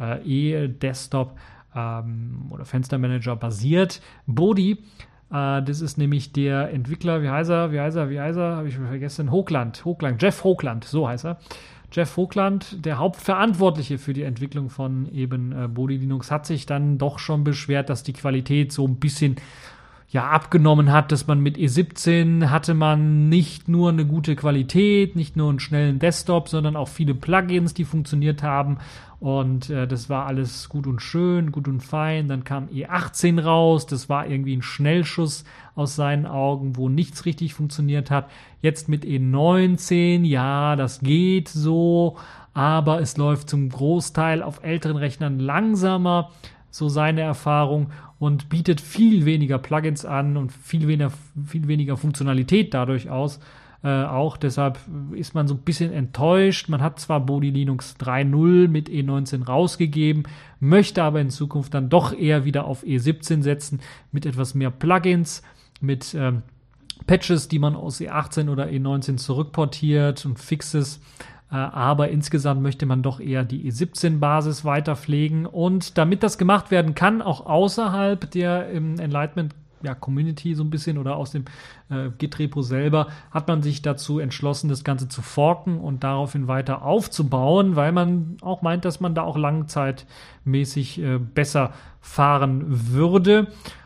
E-Desktop oder Fenstermanager basiert, Bodhi. Das ist nämlich der Entwickler, wie heißt er, habe ich vergessen, Jeff Hochland, so heißt er. Jeff Hochland, der Hauptverantwortliche für die Entwicklung von eben Bodhi Linux, hat sich dann doch schon beschwert, dass die Qualität so ein bisschen abgenommen hat, dass man mit E17 hatte man nicht nur eine gute Qualität, nicht nur einen schnellen Desktop, sondern auch viele Plugins, die funktioniert haben und das war alles gut und schön, gut und fein. Dann kam E18 raus, das war irgendwie ein Schnellschuss aus seinen Augen, wo nichts richtig funktioniert hat. Jetzt mit E19, ja, das geht so, aber es läuft zum Großteil auf älteren Rechnern langsamer, so seine Erfahrung, und bietet viel weniger Plugins an und viel weniger Funktionalität dadurch aus. Auch deshalb ist man so ein bisschen enttäuscht. Man hat zwar Bodhi Linux 3.0 mit E19 rausgegeben, möchte aber in Zukunft dann doch eher wieder auf E17 setzen mit etwas mehr Plugins, mit Patches, die man aus E18 oder E19 zurückportiert und Fixes. Aber insgesamt möchte man doch eher die E17-Basis weiter pflegen. Und damit das gemacht werden kann, auch außerhalb der Enlightenment Community so ein bisschen oder aus dem Git-Repo selber, hat man sich dazu entschlossen, das Ganze zu forken und daraufhin weiter aufzubauen, weil man auch meint, dass man da auch langzeitmäßig besser fahren würde.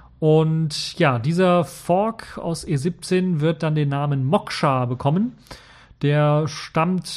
Und ja, dieser Fork aus E17 wird dann den Namen Moksha bekommen. Der stammt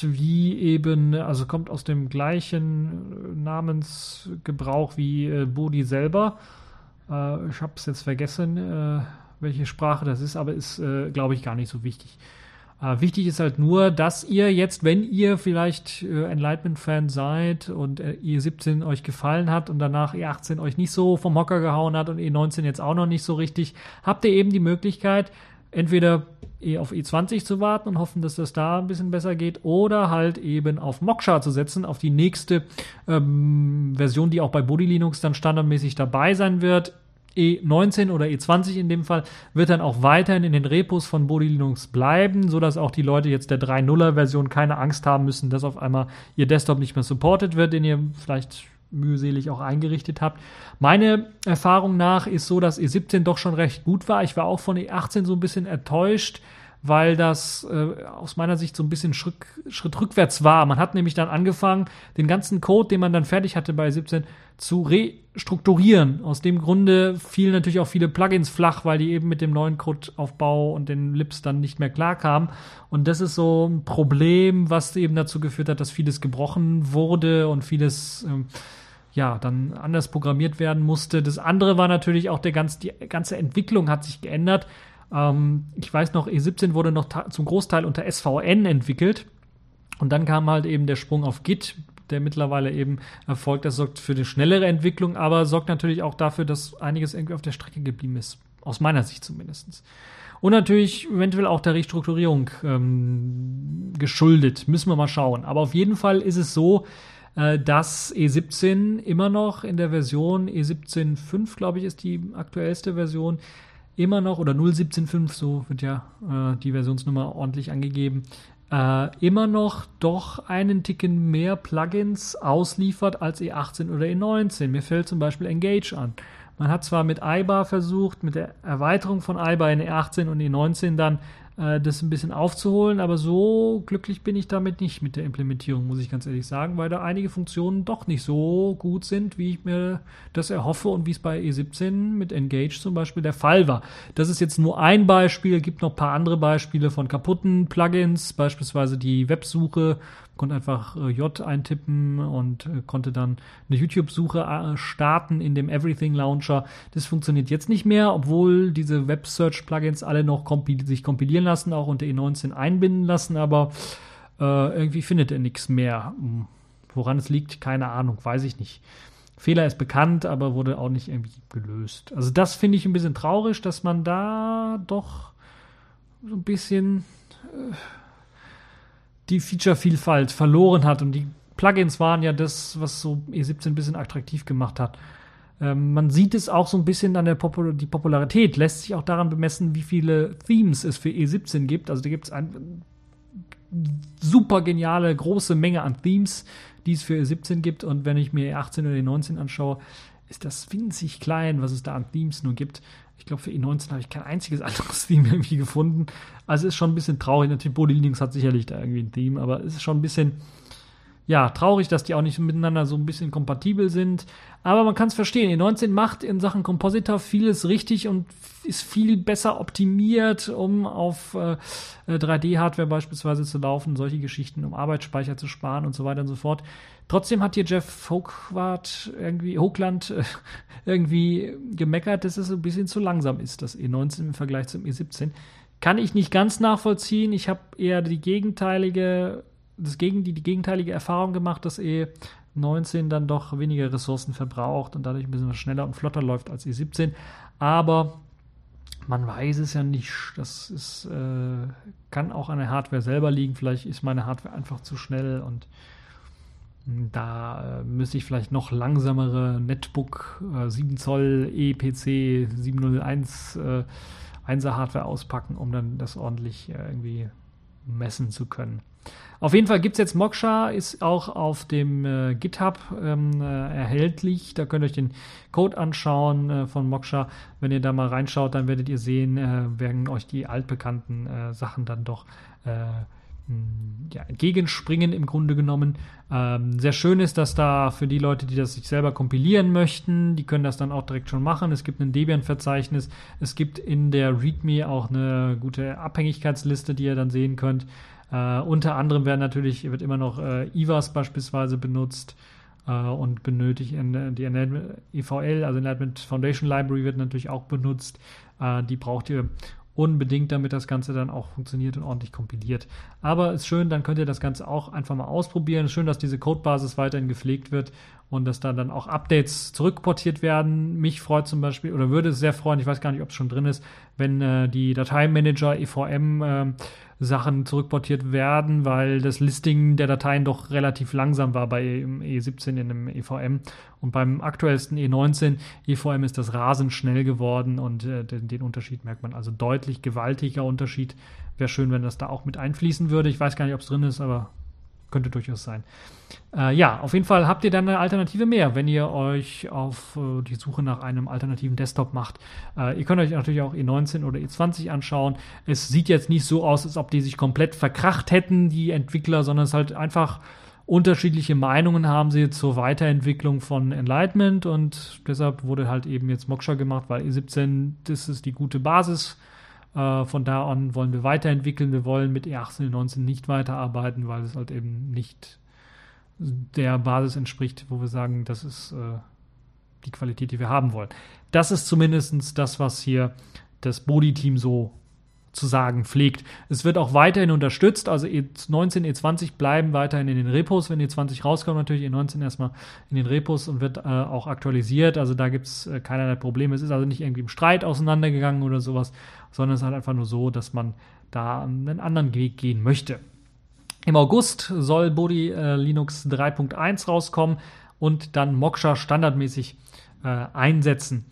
kommt aus dem gleichen Namensgebrauch wie Bodhi selber. Ich habe es jetzt vergessen, welche Sprache das ist, aber ist, glaube ich, gar nicht so wichtig. Wichtig ist halt nur, dass ihr jetzt, wenn ihr vielleicht Enlightenment-Fan seid und E17 euch gefallen hat und danach E18 euch nicht so vom Hocker gehauen hat und E19 jetzt auch noch nicht so richtig, habt ihr eben die Möglichkeit, entweder auf E20 zu warten und hoffen, dass das da ein bisschen besser geht, oder halt eben auf Moksha zu setzen, auf die nächste Version, die auch bei Bodhi Linux dann standardmäßig dabei sein wird. E19 oder E20 in dem Fall wird dann auch weiterhin in den Repos von Bodhi Linux bleiben, sodass auch die Leute jetzt der 3.0er Version keine Angst haben müssen, dass auf einmal ihr Desktop nicht mehr supported wird, den ihr vielleicht mühselig auch eingerichtet habt. Meine Erfahrung nach ist so, dass E17 doch schon recht gut war. Ich war auch von E18 so ein bisschen enttäuscht, weil das aus meiner Sicht so ein bisschen Schritt rückwärts war. Man hat nämlich dann angefangen, den ganzen Code, den man dann fertig hatte bei E17, zu restrukturieren. Aus dem Grunde fielen natürlich auch viele Plugins flach, weil die eben mit dem neuen Codeaufbau und den Libs dann nicht mehr klarkamen. Und das ist so ein Problem, was eben dazu geführt hat, dass vieles gebrochen wurde und vieles dann anders programmiert werden musste. Das andere war natürlich auch die ganze Entwicklung hat sich geändert. Ich weiß noch, E17 wurde noch zum Großteil unter SVN entwickelt. Und dann kam halt eben der Sprung auf Git, der mittlerweile eben erfolgt. Das sorgt für eine schnellere Entwicklung, aber sorgt natürlich auch dafür, dass einiges irgendwie auf der Strecke geblieben ist. Aus meiner Sicht zumindest. Und natürlich eventuell auch der Restrukturierung geschuldet. Müssen wir mal schauen. Aber auf jeden Fall ist es so, dass E17 immer noch in der Version E17.5, glaube ich, ist die aktuellste Version, immer noch, oder 0.17.5, so wird ja die Versionsnummer ordentlich angegeben, immer noch doch einen Ticken mehr Plugins ausliefert als E18 oder E19. Mir fällt zum Beispiel Engage an. Man hat zwar mit iBar versucht, mit der Erweiterung von iBar in E18 und E19 dann das ein bisschen aufzuholen, aber so glücklich bin ich damit nicht mit der Implementierung, muss ich ganz ehrlich sagen, weil da einige Funktionen doch nicht so gut sind, wie ich mir das erhoffe und wie es bei E17 mit Engage zum Beispiel der Fall war. Das ist jetzt nur ein Beispiel, gibt noch ein paar andere Beispiele von kaputten Plugins, beispielsweise die Websuche, konnte einfach J eintippen und konnte dann eine YouTube-Suche starten in dem Everything Launcher. Das funktioniert jetzt nicht mehr, obwohl diese Web-Search-Plugins alle noch sich kompilieren lassen, auch unter E19 einbinden lassen, aber irgendwie findet er nichts mehr. Woran es liegt, keine Ahnung, weiß ich nicht. Fehler ist bekannt, aber wurde auch nicht irgendwie gelöst. Also das finde ich ein bisschen traurig, dass man da doch so ein bisschen die Feature-Vielfalt verloren hat. Und die Plugins waren ja das, was so E17 ein bisschen attraktiv gemacht hat. Man sieht es auch so ein bisschen an der die Popularität. Lässt sich auch daran bemessen, wie viele Themes es für E17 gibt. Also da gibt es eine super geniale, große Menge an Themes, die es für E17 gibt. Und wenn ich mir E18 oder E19 anschaue, ist das winzig klein, was es da an Themes nur gibt. Ich glaube, für E19 habe ich kein einziges anderes Theme irgendwie gefunden. Also ist schon ein bisschen traurig. Natürlich, Body Linux hat sicherlich da irgendwie ein Theme, aber es ist schon ein bisschen, ja, traurig, dass die auch nicht miteinander so ein bisschen kompatibel sind. Aber man kann es verstehen. E19 macht in Sachen Compositor vieles richtig und ist viel besser optimiert, um auf 3D-Hardware beispielsweise zu laufen, solche Geschichten, um Arbeitsspeicher zu sparen und so weiter und so fort. Trotzdem hat hier Jeff Hochland irgendwie gemeckert, dass es ein bisschen zu langsam ist, das E19 im Vergleich zum E17. Kann ich nicht ganz nachvollziehen. Ich habe eher die gegenteilige Erfahrung gemacht, dass E19 dann doch weniger Ressourcen verbraucht und dadurch ein bisschen schneller und flotter läuft als E17. Aber man weiß es ja nicht. Das ist, kann auch an der Hardware selber liegen. Vielleicht ist meine Hardware einfach zu schnell und da müsste ich vielleicht noch langsamere Netbook 7 Zoll ePC 701 1er Hardware auspacken, um dann das ordentlich irgendwie messen zu können. Auf jeden Fall gibt es jetzt Moksha, ist auch auf dem GitHub erhältlich. Da könnt ihr euch den Code anschauen von Moksha. Wenn ihr da mal reinschaut, dann werdet ihr sehen, werden euch die altbekannten Sachen dann doch entgegenspringen im Grunde genommen. Sehr schön ist, dass da für die Leute, die das sich selber kompilieren möchten, die können das dann auch direkt schon machen. Es gibt ein Debian-Verzeichnis. Es gibt in der README auch eine gute Abhängigkeitsliste, die ihr dann sehen könnt. Unter anderem wird immer noch IWAS beispielsweise benutzt und benötigt die EVL, also Enlightenment Foundation Library wird natürlich auch benutzt. Die braucht ihr unbedingt, damit das Ganze dann auch funktioniert und ordentlich kompiliert. Aber ist schön, dann könnt ihr das Ganze auch einfach mal ausprobieren. Ist schön, dass diese Codebasis weiterhin gepflegt wird und dass da dann auch Updates zurückportiert werden. Mich freut zum Beispiel, oder würde es sehr freuen, ich weiß gar nicht, ob es schon drin ist, wenn die Dateimanager EVM Sachen zurückportiert werden, weil das Listing der Dateien doch relativ langsam war bei E17 in einem EVM. Und beim aktuellsten E19 EVM ist das rasend schnell geworden und den Unterschied merkt man, also deutlich gewaltiger Unterschied. Wäre schön, wenn das da auch mit einfließen würde. Ich weiß gar nicht, ob es drin ist, aber könnte durchaus sein. Auf jeden Fall habt ihr dann eine Alternative mehr, wenn ihr euch auf die Suche nach einem alternativen Desktop macht. Ihr könnt euch natürlich auch E19 oder E20 anschauen. Es sieht jetzt nicht so aus, als ob die sich komplett verkracht hätten, die Entwickler, sondern es halt einfach unterschiedliche Meinungen haben sie zur Weiterentwicklung von Enlightenment und deshalb wurde halt eben jetzt Moksha gemacht, weil E17, das ist die gute Basis. Von da an wollen wir weiterentwickeln. Wir wollen mit E18, E19 nicht weiterarbeiten, weil es halt eben nicht der Basis entspricht, wo wir sagen, das ist die Qualität, die wir haben wollen. Das ist zumindest das, was hier das Body-Team so zu sagen pflegt. Es wird auch weiterhin unterstützt, also E19, E20 bleiben weiterhin in den Repos, wenn E20 rauskommt, natürlich E19 erstmal in den Repos und wird auch aktualisiert, also da gibt es keinerlei Probleme. Es ist also nicht irgendwie im Streit auseinandergegangen oder sowas, sondern es ist halt einfach nur so, dass man da einen anderen Weg gehen möchte. Im August soll Body Linux 3.1 rauskommen und dann Moksha standardmäßig einsetzen.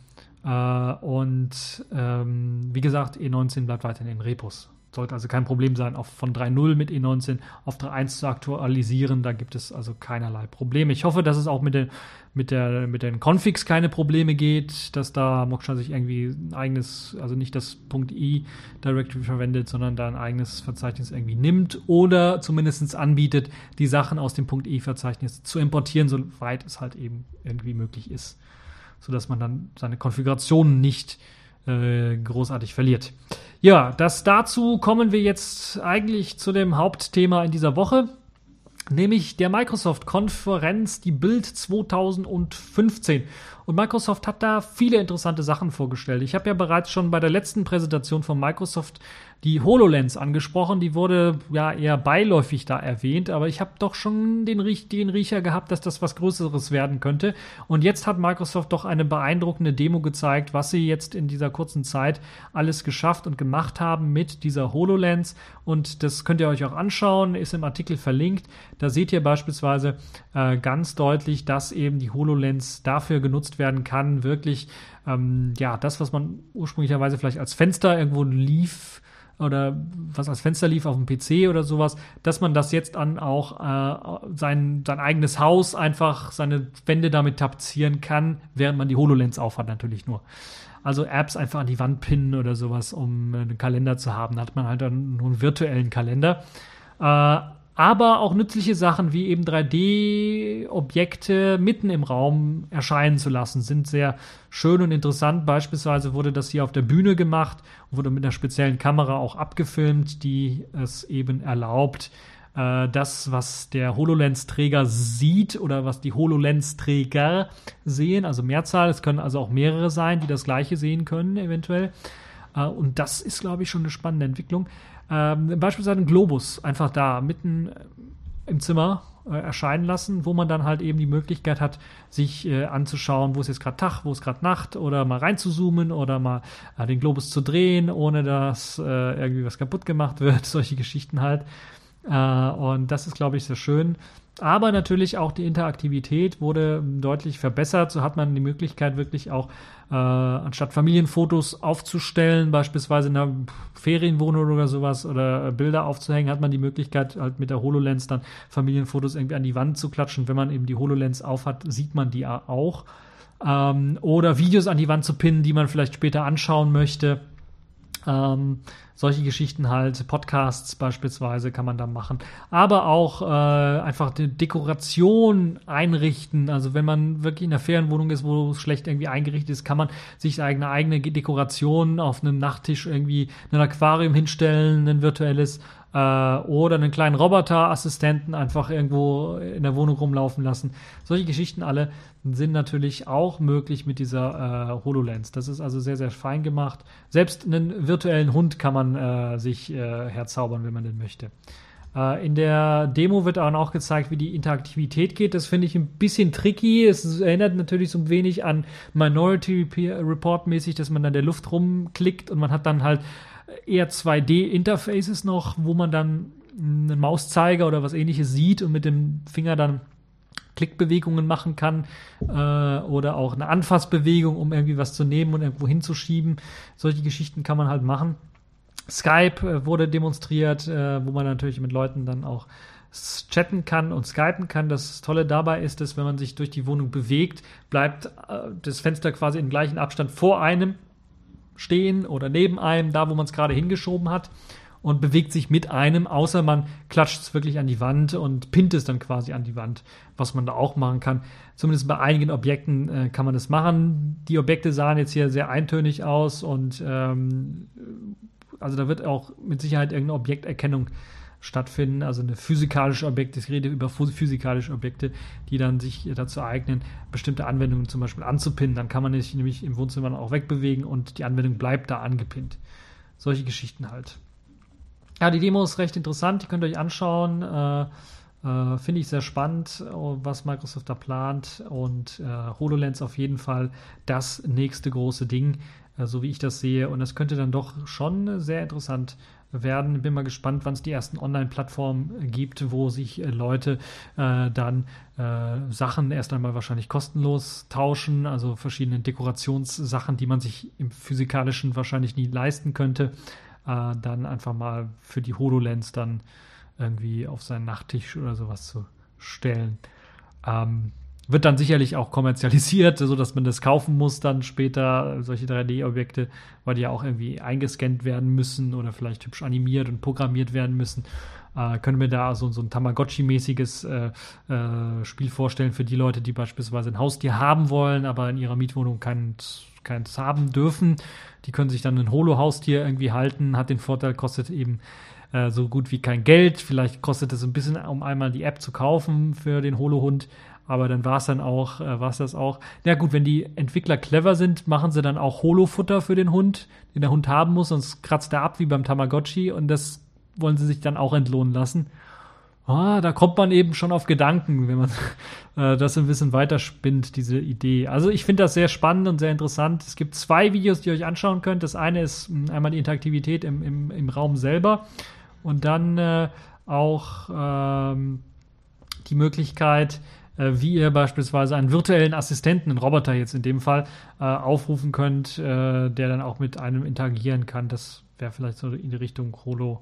Wie gesagt, E19 bleibt weiterhin in Repos. Sollte also kein Problem sein, auch von 3.0 mit E19 auf 3.1 zu aktualisieren. Da gibt es also keinerlei Probleme. Ich hoffe, dass es auch mit den Configs keine Probleme geht, dass da Moksha sich irgendwie ein eigenes, also nicht das .i Directory verwendet, sondern da ein eigenes Verzeichnis irgendwie nimmt oder zumindest anbietet, die Sachen aus dem .i Verzeichnis zu importieren, soweit es halt eben irgendwie möglich ist, sodass man dann seine Konfiguration nicht großartig verliert. Ja, dazu kommen wir jetzt eigentlich zu dem Hauptthema in dieser Woche, nämlich der Microsoft-Konferenz, die Build 2015. Und Microsoft hat da viele interessante Sachen vorgestellt. Ich habe ja bereits schon bei der letzten Präsentation von Microsoft die HoloLens angesprochen. Die wurde ja eher beiläufig da erwähnt, aber ich habe doch schon den Riecher gehabt, dass das was Größeres werden könnte. Und jetzt hat Microsoft doch eine beeindruckende Demo gezeigt, was sie jetzt in dieser kurzen Zeit alles geschafft und gemacht haben mit dieser HoloLens. Und das könnt ihr euch auch anschauen, ist im Artikel verlinkt. Da seht ihr beispielsweise ganz deutlich, dass eben die HoloLens dafür genutzt werden kann, wirklich das, was man ursprünglicherweise vielleicht als Fenster irgendwo lief, oder was als Fenster lief auf dem PC oder sowas, dass man das jetzt auch sein eigenes Haus einfach, seine Wände damit tapezieren kann, während man die HoloLens aufhat natürlich nur. Also Apps einfach an die Wand pinnen oder sowas, um einen Kalender zu haben. Da hat man halt dann nur einen virtuellen Kalender. Aber auch nützliche Sachen wie eben 3D-Objekte mitten im Raum erscheinen zu lassen, sind sehr schön und interessant. Beispielsweise wurde das hier auf der Bühne gemacht, wurde mit einer speziellen Kamera auch abgefilmt, die es eben erlaubt, das, was der HoloLens-Träger sieht oder was die HoloLens-Träger sehen, also Mehrzahl, es können also auch mehrere sein, die das Gleiche sehen können eventuell. Und das ist, glaube ich, schon eine spannende Entwicklung. Beispielsweise einen Globus einfach da mitten im Zimmer erscheinen lassen, wo man dann halt eben die Möglichkeit hat, sich anzuschauen, wo ist jetzt gerade Tag, wo ist gerade Nacht, oder mal reinzuzoomen oder mal den Globus zu drehen, ohne dass irgendwie was kaputt gemacht wird, solche Geschichten halt. Und das ist, glaube ich, sehr schön. Aber natürlich auch die Interaktivität wurde deutlich verbessert. So hat man die Möglichkeit, wirklich auch anstatt Familienfotos aufzustellen, beispielsweise in einer Ferienwohnung oder sowas, oder Bilder aufzuhängen, hat man die Möglichkeit, halt mit der HoloLens dann Familienfotos irgendwie an die Wand zu klatschen. Wenn man eben die HoloLens aufhat, sieht man die auch. Oder Videos an die Wand zu pinnen, die man vielleicht später anschauen möchte. Solche Geschichten halt, Podcasts beispielsweise kann man da machen. Aber auch einfach die Dekoration einrichten. Also wenn man wirklich in einer Ferienwohnung ist, wo es schlecht irgendwie eingerichtet ist, kann man sich eine eigene Dekoration auf einem Nachttisch irgendwie ein Aquarium hinstellen, ein virtuelles, oder einen kleinen Roboterassistenten einfach irgendwo in der Wohnung rumlaufen lassen. Solche Geschichten alle sind natürlich auch möglich mit dieser HoloLens. Das ist also sehr, sehr fein gemacht. Selbst einen virtuellen Hund kann man sich herzaubern, wenn man den möchte. In der Demo wird auch gezeigt, wie die Interaktivität geht. Das finde ich ein bisschen tricky. Es erinnert natürlich so ein wenig an Minority Report mäßig, dass man dann in der Luft rumklickt und man hat dann halt eher 2D-Interfaces noch, wo man dann einen Mauszeiger oder was Ähnliches sieht und mit dem Finger dann Klickbewegungen machen kann oder auch eine Anfassbewegung, um irgendwie was zu nehmen und irgendwo hinzuschieben. Solche Geschichten kann man halt machen. Skype wurde demonstriert, wo man natürlich mit Leuten dann auch chatten kann und skypen kann. Das Tolle dabei ist, dass wenn man sich durch die Wohnung bewegt, bleibt das Fenster quasi im gleichen Abstand vor einem stehen oder neben einem, da wo man es gerade hingeschoben hat, und bewegt sich mit einem, außer man klatscht es wirklich an die Wand und pinnt es dann quasi an die Wand, was man da auch machen kann. Zumindest bei einigen Objekten kann man das machen. Die Objekte sahen jetzt hier sehr eintönig aus und also da wird auch mit Sicherheit irgendeine Objekterkennung stattfinden, also eine physikalische Objekte, ich rede über physikalische Objekte, die dann sich dazu eignen, bestimmte Anwendungen zum Beispiel anzupinnen. Dann kann man sich nämlich im Wohnzimmer dann auch wegbewegen und die Anwendung bleibt da angepinnt. Solche Geschichten halt. Ja, die Demo ist recht interessant, die könnt ihr euch anschauen. Finde ich sehr spannend, was Microsoft da plant, und HoloLens auf jeden Fall das nächste große Ding. so wie ich das sehe. Und das könnte dann doch schon sehr interessant werden. Bin mal gespannt, wann es die ersten Online-Plattformen gibt, wo sich Leute dann Sachen erst einmal wahrscheinlich kostenlos tauschen, also verschiedene Dekorationssachen, die man sich im Physikalischen wahrscheinlich nie leisten könnte, dann einfach mal für die HoloLens dann irgendwie auf seinen Nachttisch oder sowas zu stellen. Wird dann sicherlich auch kommerzialisiert, sodass man das kaufen muss dann später, solche 3D-Objekte, weil die ja auch irgendwie eingescannt werden müssen oder vielleicht hübsch animiert und programmiert werden müssen. Können wir da so ein Tamagotchi-mäßiges Spiel vorstellen für die Leute, die beispielsweise ein Haustier haben wollen, aber in ihrer Mietwohnung keins haben dürfen. Die können sich dann ein Holo-Haustier irgendwie halten, hat den Vorteil, kostet eben so gut wie kein Geld. Vielleicht kostet es ein bisschen, um einmal die App zu kaufen für den Holo-Hund. Aber dann war es das auch. Na gut, wenn die Entwickler clever sind, machen sie dann auch Holo-Futter für den Hund, den der Hund haben muss, sonst kratzt er ab wie beim Tamagotchi und das wollen sie sich dann auch entlohnen lassen. Da kommt man eben schon auf Gedanken, wenn man das ein bisschen weiterspinnt, diese Idee. Also ich finde das sehr spannend und sehr interessant. Es gibt 2 Videos, die ihr euch anschauen könnt. Das eine ist einmal die Interaktivität im Raum selber und dann auch die Möglichkeit, wie ihr beispielsweise einen virtuellen Assistenten, einen Roboter jetzt in dem Fall, aufrufen könnt, der dann auch mit einem interagieren kann. Das wäre vielleicht so in die Richtung Holo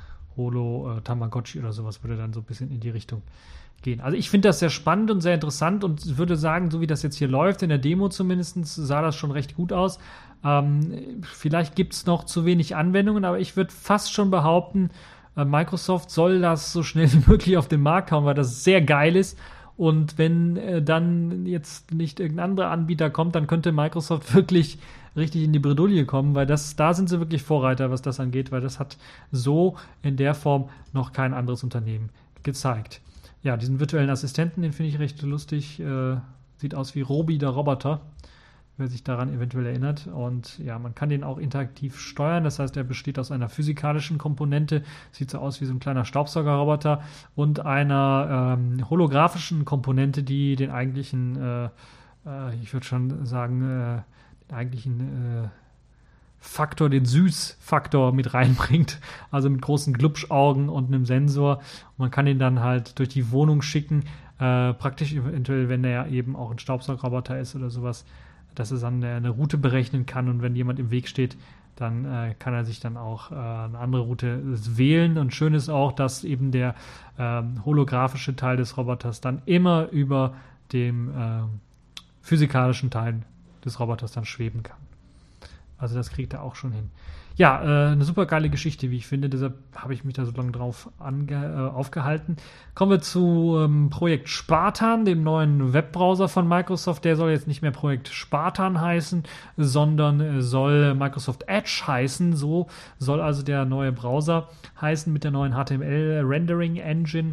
Tamagotchi oder sowas, würde dann so ein bisschen in die Richtung gehen. Also ich finde das sehr spannend und sehr interessant und würde sagen, so wie das jetzt hier läuft, in der Demo zumindest, sah das schon recht gut aus. Vielleicht gibt es noch zu wenig Anwendungen, aber ich würde fast schon behaupten, Microsoft soll das so schnell wie möglich auf den Markt hauen, weil das sehr geil ist. Und wenn dann jetzt nicht irgendein anderer Anbieter kommt, dann könnte Microsoft wirklich richtig in die Bredouille kommen, weil da sind sie wirklich Vorreiter, was das angeht, weil das hat so in der Form noch kein anderes Unternehmen gezeigt. Ja, diesen virtuellen Assistenten, den finde ich recht lustig. Sieht aus wie Robi, der Roboter, wer sich daran eventuell erinnert. Und ja, man kann den auch interaktiv steuern. Das heißt, er besteht aus einer physikalischen Komponente, sieht so aus wie so ein kleiner Staubsaugerroboter und einer holographischen Komponente, die den eigentlichen, ich würde schon sagen, den eigentlichen Faktor, den Süßfaktor mit reinbringt. Also mit großen Glubschaugen und einem Sensor. Und man kann ihn dann halt durch die Wohnung schicken. Praktisch eventuell, wenn er eben auch ein Staubsaugerroboter ist oder sowas, dass er dann eine Route berechnen kann und wenn jemand im Weg steht, dann kann er sich dann auch eine andere Route wählen. Und schön ist auch, dass eben der holographische Teil des Roboters dann immer über dem physikalischen Teil des Roboters dann schweben kann. Also das kriegt er auch schon hin. Ja, eine super geile Geschichte, wie ich finde. Deshalb habe ich mich da so lange drauf aufgehalten. Kommen wir zu Projekt Spartan, dem neuen Webbrowser von Microsoft. Der soll jetzt nicht mehr Projekt Spartan heißen, sondern soll Microsoft Edge heißen. So soll also der neue Browser heißen mit der neuen HTML-Rendering-Engine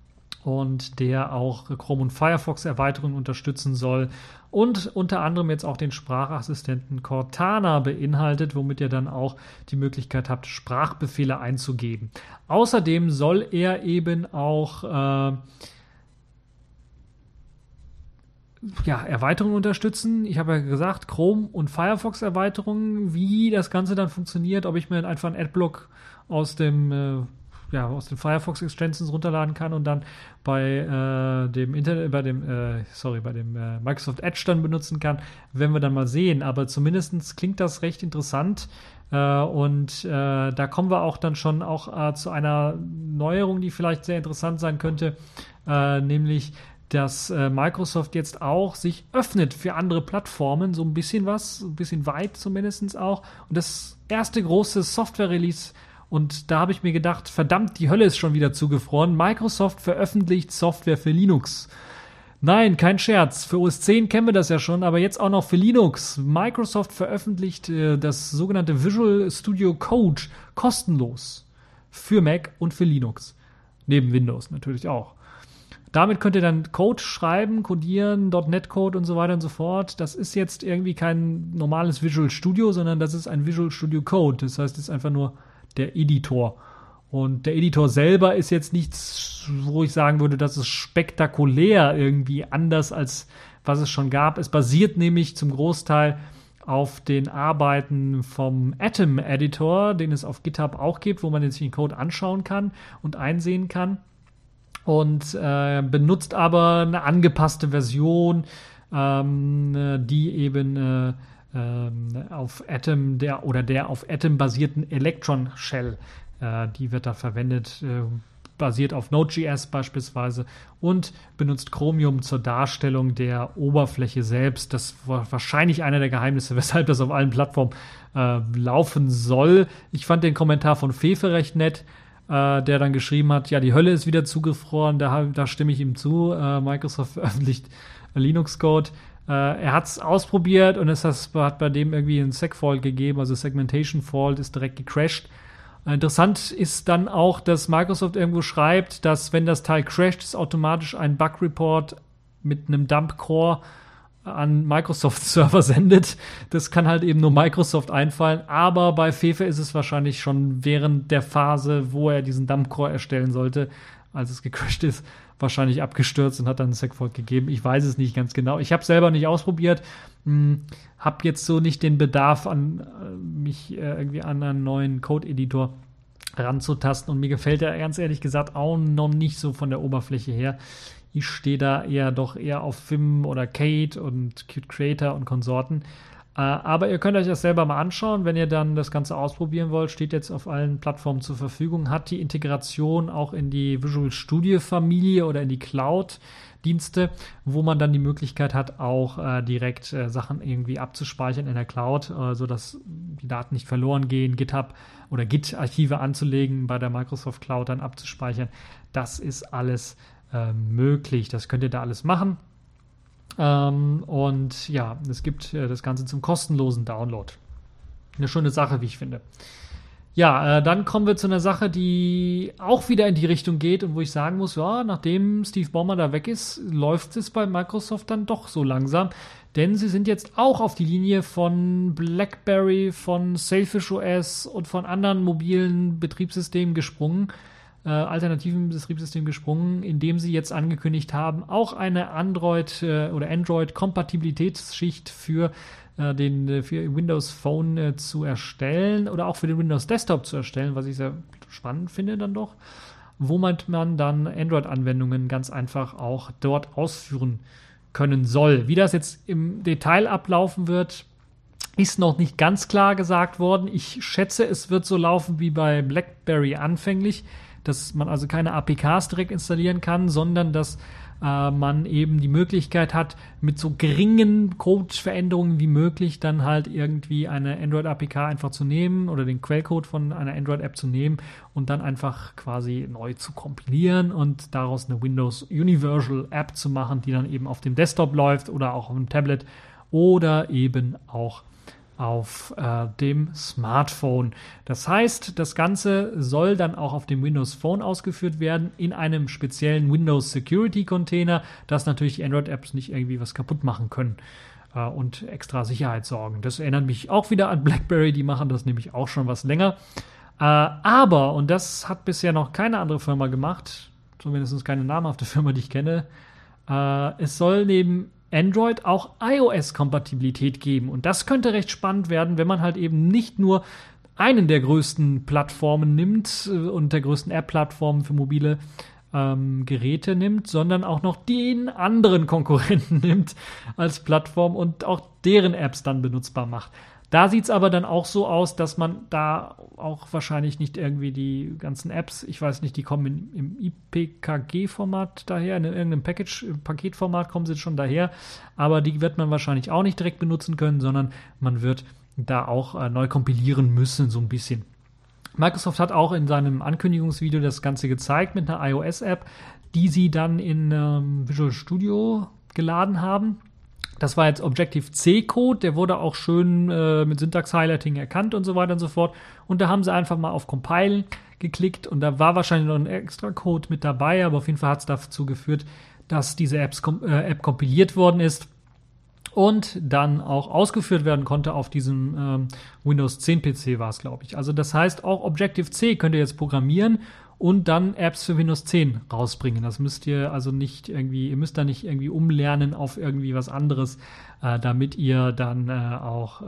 und der auch Chrome und Firefox Erweiterungen unterstützen soll und unter anderem jetzt auch den Sprachassistenten Cortana beinhaltet, womit ihr dann auch die Möglichkeit habt, Sprachbefehle einzugeben. Außerdem soll er eben auch Erweiterungen unterstützen. Ich habe ja gesagt, Chrome und Firefox Erweiterungen, wie das Ganze dann funktioniert, ob ich mir einfach einen Adblock aus den Firefox Extensions runterladen kann und dann bei dem Microsoft Edge dann benutzen kann, werden wir dann mal sehen. Aber zumindest klingt das recht interessant. Und da kommen wir auch dann schon auch zu einer Neuerung, die vielleicht sehr interessant sein könnte, nämlich dass Microsoft jetzt auch sich öffnet für andere Plattformen, so ein bisschen weit zumindest auch. Und das erste große Software-Release. Und da habe ich mir gedacht, verdammt, die Hölle ist schon wieder zugefroren. Microsoft veröffentlicht Software für Linux. Nein, kein Scherz. Für OS 10 kennen wir das ja schon, aber jetzt auch noch für Linux. Microsoft veröffentlicht das sogenannte Visual Studio Code kostenlos für Mac und für Linux. Neben Windows natürlich auch. Damit könnt ihr dann Code schreiben, codieren, .NET-Code und so weiter und so fort. Das ist jetzt irgendwie kein normales Visual Studio, sondern das ist ein Visual Studio Code. Das heißt, es ist einfach nur der Editor. Und der Editor selber ist jetzt nichts, wo ich sagen würde, das ist spektakulär irgendwie anders als was es schon gab. Es basiert nämlich zum Großteil auf den Arbeiten vom Atom Editor, den es auf GitHub auch gibt, wo man jetzt den Code anschauen kann und einsehen kann. Und benutzt aber eine angepasste Version, die eben auf Atom, der auf Atom basierten Electron Shell, die wird da verwendet, basiert auf Node.js beispielsweise und benutzt Chromium zur Darstellung der Oberfläche selbst. Das war wahrscheinlich einer der Geheimnisse, weshalb das auf allen Plattformen laufen soll. Ich fand den Kommentar von Fefe recht nett, der dann geschrieben hat, ja, die Hölle ist wieder zugefroren, da stimme ich ihm zu. Microsoft veröffentlicht Linux-Code. Er hat es ausprobiert und es hat bei dem irgendwie einen Seg-Fault gegeben, also Segmentation Fault ist direkt gecrashed. Interessant ist dann auch, dass Microsoft irgendwo schreibt, dass wenn das Teil crasht, es automatisch ein Bug-Report mit einem Dump-Core an Microsoft-Server sendet. Das kann halt eben nur Microsoft einfallen, aber bei Fefe ist es wahrscheinlich schon während der Phase, wo er diesen Dump-Core erstellen sollte, als es gecrashed ist, wahrscheinlich abgestürzt und hat dann einen Segfault gegeben. Ich weiß es nicht ganz genau. Ich habe es selber nicht ausprobiert, habe jetzt so nicht den Bedarf mich irgendwie an einen neuen Code-Editor ranzutasten und mir gefällt er ganz ehrlich gesagt auch noch nicht so von der Oberfläche her. Ich stehe da doch eher auf Vim oder Kate und Qt Creator und Konsorten. Aber ihr könnt euch das selber mal anschauen, wenn ihr dann das Ganze ausprobieren wollt. Steht jetzt auf allen Plattformen zur Verfügung. Hat die Integration auch in die Visual Studio Familie oder in die Cloud-Dienste, wo man dann die Möglichkeit hat, auch direkt Sachen irgendwie abzuspeichern in der Cloud, sodass die Daten nicht verloren gehen, GitHub oder Git-Archive anzulegen, bei der Microsoft Cloud dann abzuspeichern. Das ist alles möglich. Das könnt ihr da alles machen. Und ja, es gibt das Ganze zum kostenlosen Download. Eine schöne Sache, wie ich finde. Ja, dann kommen wir zu einer Sache, die auch wieder in die Richtung geht und wo ich sagen muss, ja, nachdem Steve Ballmer da weg ist, läuft es bei Microsoft dann doch so langsam. Denn sie sind jetzt auch auf die Linie von BlackBerry, von Sailfish OS und von anderen mobilen Betriebssystemen gesprungen, alternativen Betriebssystem gesprungen, indem sie jetzt angekündigt haben, auch eine Android- oder Android-Kompatibilitätsschicht für Windows Phone zu erstellen oder auch für den Windows Desktop zu erstellen, was ich sehr spannend finde dann doch, wo man dann Android-Anwendungen ganz einfach auch dort ausführen können soll. Wie das jetzt im Detail ablaufen wird, ist noch nicht ganz klar gesagt worden. Ich schätze, es wird so laufen wie bei BlackBerry anfänglich, dass man also keine APKs direkt installieren kann, sondern dass man eben die Möglichkeit hat, mit so geringen Code-Veränderungen wie möglich dann halt irgendwie eine Android-APK einfach zu nehmen oder den Quellcode von einer Android-App zu nehmen und dann einfach quasi neu zu kompilieren und daraus eine Windows Universal App zu machen, die dann eben auf dem Desktop läuft oder auch auf dem Tablet oder eben auch auf dem Smartphone. Das heißt, das Ganze soll dann auch auf dem Windows Phone ausgeführt werden in einem speziellen Windows Security Container, dass natürlich die Android-Apps nicht irgendwie was kaputt machen können und extra Sicherheit sorgen. Das erinnert mich auch wieder an BlackBerry, die machen das nämlich auch schon was länger. Aber, und das hat bisher noch keine andere Firma gemacht, zumindest keine namhafte Firma, die ich kenne, es soll neben Android auch iOS-Kompatibilität geben. Und das könnte recht spannend werden, wenn man halt eben nicht nur einen der größten Plattformen nimmt und der größten App-Plattformen für mobile Geräte nimmt, sondern auch noch den anderen Konkurrenten nimmt als Plattform und auch deren Apps dann benutzbar macht. Da sieht es aber dann auch so aus, dass man da auch wahrscheinlich nicht irgendwie die ganzen Apps, ich weiß nicht, die kommen im IPKG-Format daher, in irgendeinem Paketformat kommen sie schon daher, aber die wird man wahrscheinlich auch nicht direkt benutzen können, sondern man wird da auch neu kompilieren müssen, so ein bisschen. Microsoft hat auch in seinem Ankündigungsvideo das Ganze gezeigt mit einer iOS-App, die sie dann in Visual Studio geladen haben. Das war jetzt Objective-C-Code, der wurde auch schön mit Syntax-Highlighting erkannt und so weiter und so fort. Und da haben sie einfach mal auf Compile geklickt und da war wahrscheinlich noch ein extra Code mit dabei, aber auf jeden Fall hat es dazu geführt, dass diese App kompiliert worden ist. und dann auch ausgeführt werden konnte auf diesem Windows 10 PC war es, glaube ich. Also das heißt, auch Objective-C könnt ihr jetzt programmieren und dann Apps für Windows 10 rausbringen. Das müsst ihr also nicht irgendwie, ihr müsst da nicht irgendwie umlernen auf irgendwie was anderes, damit ihr dann auch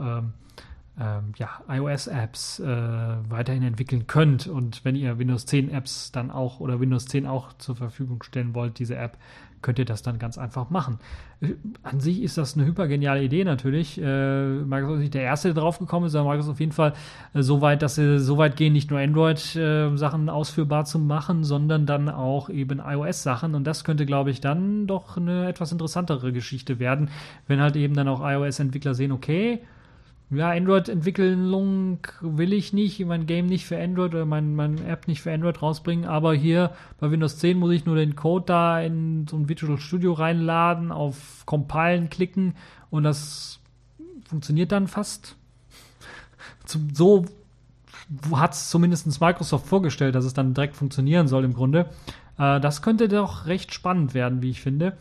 iOS-Apps weiterhin entwickeln könnt. Und wenn ihr Windows 10 Apps dann auch oder Windows 10 auch zur Verfügung stellen wollt, diese App, könnt ihr das dann ganz einfach machen. An sich ist das eine hypergeniale Idee natürlich. Microsoft ist nicht der Erste, der drauf gekommen ist, aber Microsoft auf jeden Fall so weit, dass sie so weit gehen, nicht nur Android-Sachen ausführbar zu machen, sondern dann auch eben iOS-Sachen. Und das könnte, glaube ich, dann doch eine etwas interessantere Geschichte werden, wenn halt eben dann auch iOS-Entwickler sehen, okay, ja, Android-Entwicklung will ich nicht, mein Game nicht für Android oder meine App nicht für Android rausbringen, aber hier bei Windows 10 muss ich nur den Code da in so ein Visual Studio reinladen, auf Compilen klicken und das funktioniert dann fast. So hat es zumindest Microsoft vorgestellt, dass es dann direkt funktionieren soll im Grunde. Das könnte doch recht spannend werden, wie ich finde.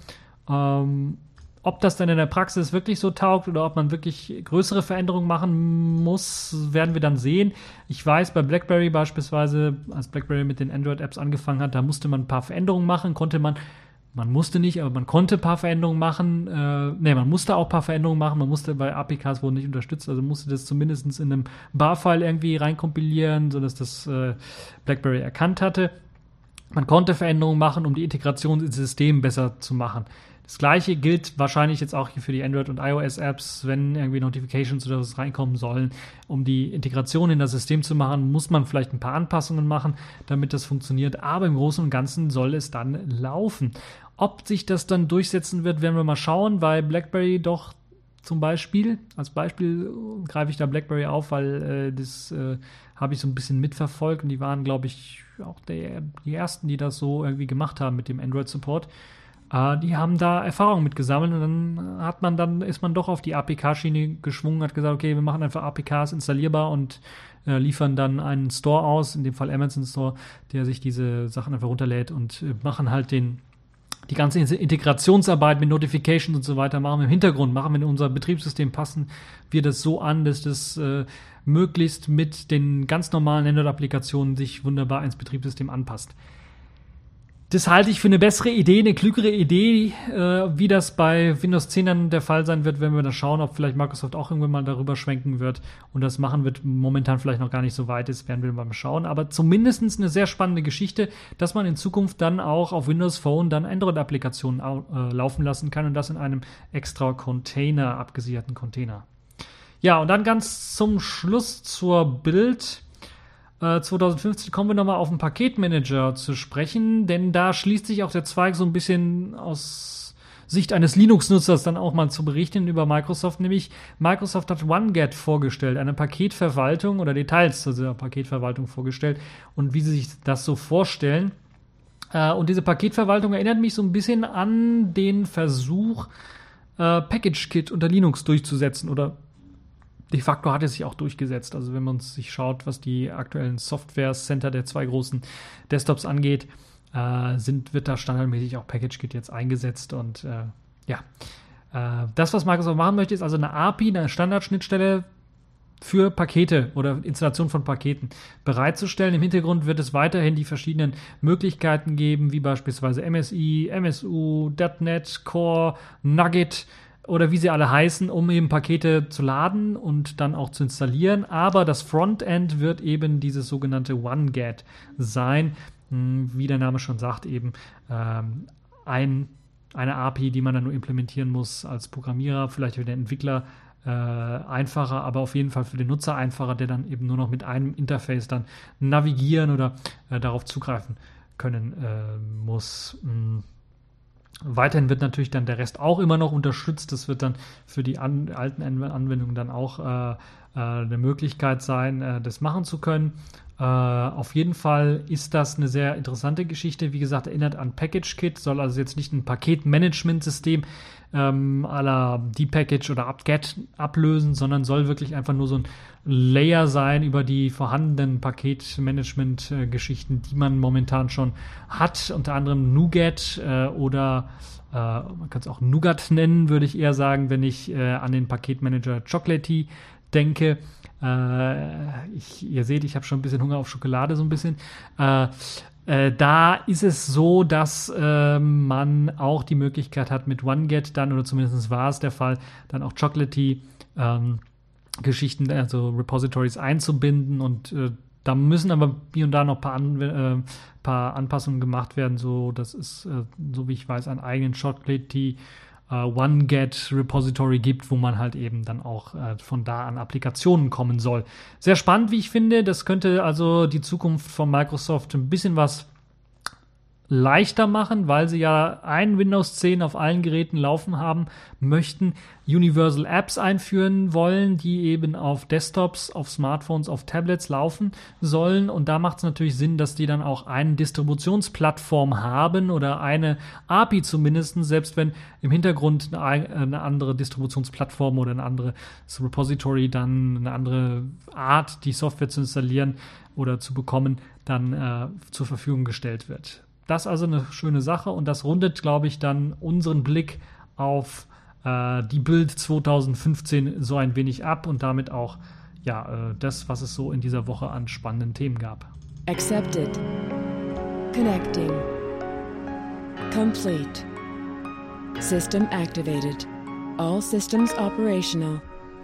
Ob das dann in der Praxis wirklich so taugt oder ob man wirklich größere Veränderungen machen muss, werden wir dann sehen. Ich weiß, bei BlackBerry beispielsweise, als BlackBerry mit den Android-Apps angefangen hat, da musste man ein paar Veränderungen machen, man musste nicht, aber man konnte ein paar Veränderungen machen. Man musste auch ein paar Veränderungen machen. Man musste bei APKs wurden nicht unterstützt, also musste das zumindest in einem Bar-File irgendwie reinkompilieren, sodass das BlackBerry erkannt hatte. Man konnte Veränderungen machen, um die Integration ins System besser zu machen. Das Gleiche gilt wahrscheinlich jetzt auch hier für die Android- und iOS-Apps, wenn irgendwie Notifications oder was reinkommen sollen. Um die Integration in das System zu machen, muss man vielleicht ein paar Anpassungen machen, damit das funktioniert. Aber im Großen und Ganzen soll es dann laufen. Ob sich das dann durchsetzen wird, werden wir mal schauen, weil BlackBerry doch zum Beispiel, als Beispiel greife ich da BlackBerry auf, weil das habe ich so ein bisschen mitverfolgt und die waren, glaube ich, auch die ersten, die das so irgendwie gemacht haben mit dem Android-Support. Die haben da Erfahrung mit gesammelt und dann ist man doch auf die APK-Schiene geschwungen, hat gesagt, okay, wir machen einfach APKs installierbar und liefern dann einen Store aus, in dem Fall Amazon Store, der sich diese Sachen einfach runterlädt und machen halt die ganze Integrationsarbeit mit Notifications und so weiter, machen wir im Hintergrund, machen wir in unser Betriebssystem, passen wir das so an, dass das möglichst mit den ganz normalen Android-Applikationen sich wunderbar ins Betriebssystem anpasst. Das halte ich für eine bessere Idee, eine klügere Idee, wie das bei Windows 10 dann der Fall sein wird, wenn wir dann schauen, ob vielleicht Microsoft auch irgendwann mal darüber schwenken wird und das machen wird, momentan vielleicht noch gar nicht so weit ist, werden wir mal schauen. Aber zumindest eine sehr spannende Geschichte, dass man in Zukunft dann auch auf Windows Phone dann Android-Applikationen laufen lassen kann und das in einem extra Container, abgesicherten Container. Ja, und dann ganz zum Schluss zur Bild. 2015 kommen wir nochmal auf den Paketmanager zu sprechen, denn da schließt sich auch der Zweig so ein bisschen aus Sicht eines Linux-Nutzers dann auch mal zu berichten über Microsoft, nämlich Microsoft hat OneGet vorgestellt, eine Paketverwaltung oder Details zu dieser Paketverwaltung vorgestellt und wie sie sich das so vorstellen. Und diese Paketverwaltung erinnert mich so ein bisschen an den Versuch, PackageKit unter Linux durchzusetzen oder de facto hat es sich auch durchgesetzt. Also wenn man sich schaut, was die aktuellen Software-Center der zwei großen Desktops angeht, wird da standardmäßig auch PackageKit jetzt eingesetzt. Und das, was Microsoft machen möchte, ist also eine API, eine Standardschnittstelle für Pakete oder Installation von Paketen bereitzustellen. Im Hintergrund wird es weiterhin die verschiedenen Möglichkeiten geben, wie beispielsweise MSI, MSU, .NET, Core, Nugget, oder wie sie alle heißen, um eben Pakete zu laden und dann auch zu installieren. Aber das Frontend wird eben dieses sogenannte OneGet sein. Wie der Name schon sagt, eben eine API, die man dann nur implementieren muss als Programmierer, vielleicht für den Entwickler einfacher, aber auf jeden Fall für den Nutzer einfacher, der dann eben nur noch mit einem Interface dann navigieren oder darauf zugreifen können muss. Weiterhin wird natürlich dann der Rest auch immer noch unterstützt. Das wird dann für die alten Anwendungen dann auch eine Möglichkeit sein, das machen zu können. Auf jeden Fall ist das eine sehr interessante Geschichte. Wie gesagt, erinnert an PackageKit, soll also jetzt nicht ein Paketmanagementsystem à la dpackage oder apt-get ablösen, sondern soll wirklich einfach nur so ein Layer sein über die vorhandenen Paketmanagement-Geschichten, die man momentan schon hat. Unter anderem NuGet oder man kann es auch Nougat nennen, würde ich eher sagen, wenn ich an den Paketmanager Chocolatey denke. Ihr seht, ich habe schon ein bisschen Hunger auf Schokolade, so ein bisschen. Da ist es so, dass man auch die Möglichkeit hat, mit OneGet dann, oder zumindest war es der Fall, dann auch Chocolatey Geschichten, also Repositories einzubinden, und da müssen aber hier und da noch ein paar Anpassungen gemacht werden, so dass es, so wie ich weiß, einen eigenen Chocolatey OneGet Repository gibt, wo man halt eben dann auch von da an Applikationen kommen soll. Sehr spannend, wie ich finde. Das könnte also die Zukunft von Microsoft ein bisschen was leichter machen, weil sie ja ein Windows 10 auf allen Geräten laufen haben möchten, Universal Apps einführen wollen, die eben auf Desktops, auf Smartphones, auf Tablets laufen sollen, und da macht es natürlich Sinn, dass die dann auch eine Distributionsplattform haben oder eine API zumindest, selbst wenn im Hintergrund eine andere Distributionsplattform oder ein anderes Repository, dann eine andere Art, die Software zu installieren oder zu bekommen, dann zur Verfügung gestellt wird. Das ist also eine schöne Sache, und das rundet, glaube ich, dann unseren Blick auf die Build 2015 so ein wenig ab und damit auch das, was es so in dieser Woche an spannenden Themen gab. Accepted. Connecting. Complete. System activated. All systems operational.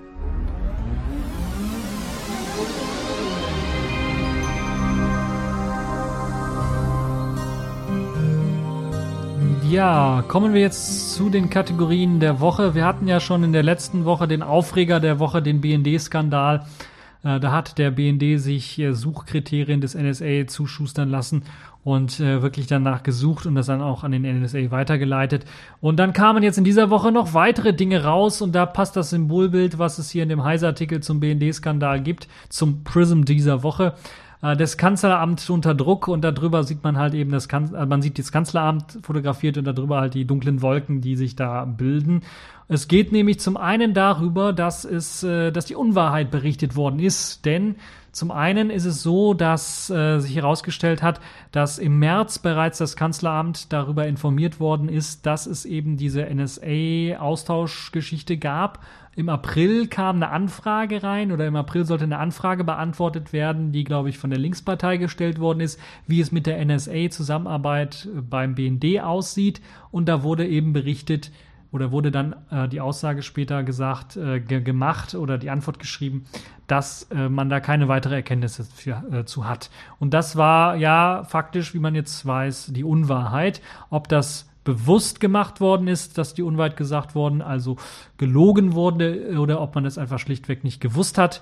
Ja, kommen wir jetzt zu den Kategorien der Woche. Wir hatten ja schon in der letzten Woche den Aufreger der Woche, den BND-Skandal. Da hat der BND sich Suchkriterien des NSA zuschustern lassen und wirklich danach gesucht und das dann auch an den NSA weitergeleitet. Und dann kamen jetzt in dieser Woche noch weitere Dinge raus, und da passt das Symbolbild, was es hier in dem Heise-Artikel zum BND-Skandal gibt, zum Prism dieser Woche. Das Kanzleramt unter Druck, und darüber sieht man halt eben man sieht das Kanzleramt fotografiert und darüber halt die dunklen Wolken, die sich da bilden. Es geht nämlich zum einen darüber, dass die Unwahrheit berichtet worden ist, denn zum einen ist es so, dass sich herausgestellt hat, dass im März bereits das Kanzleramt darüber informiert worden ist, dass es eben diese NSA-Austauschgeschichte gab. Im April kam eine Anfrage rein, oder im April sollte eine Anfrage beantwortet werden, die, glaube ich, von der Linkspartei gestellt worden ist, wie es mit der NSA-Zusammenarbeit beim BND aussieht. Und da wurde eben berichtet, oder wurde dann die Aussage später gemacht oder die Antwort geschrieben, dass man da keine weitere Erkenntnisse zu hat. Und das war ja faktisch, wie man jetzt weiß, die Unwahrheit. Ob das bewusst gemacht worden ist, dass die Unwahrheit gesagt worden, also gelogen wurde, oder ob man das einfach schlichtweg nicht gewusst hat.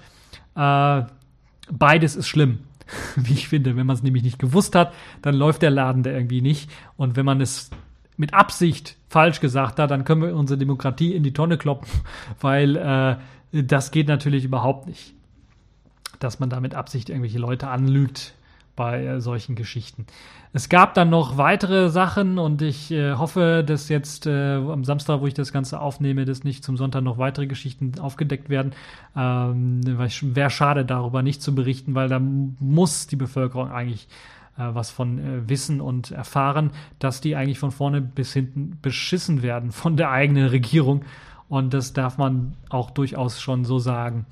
Beides ist schlimm, wie ich finde. Wenn man es nämlich nicht gewusst hat, dann läuft der Laden da irgendwie nicht. Und wenn man es mit Absicht falsch gesagt hat, dann können wir unsere Demokratie in die Tonne kloppen, weil das geht natürlich überhaupt nicht, dass man da mit Absicht irgendwelche Leute anlügt bei solchen Geschichten. Es gab dann noch weitere Sachen, und ich hoffe, dass jetzt am Samstag, wo ich das Ganze aufnehme, dass nicht zum Sonntag noch weitere Geschichten aufgedeckt werden. Wäre schade, darüber nicht zu berichten, weil da muss die Bevölkerung eigentlich was von wissen und erfahren, dass die eigentlich von vorne bis hinten beschissen werden von der eigenen Regierung. Und das darf man auch durchaus schon so sagen.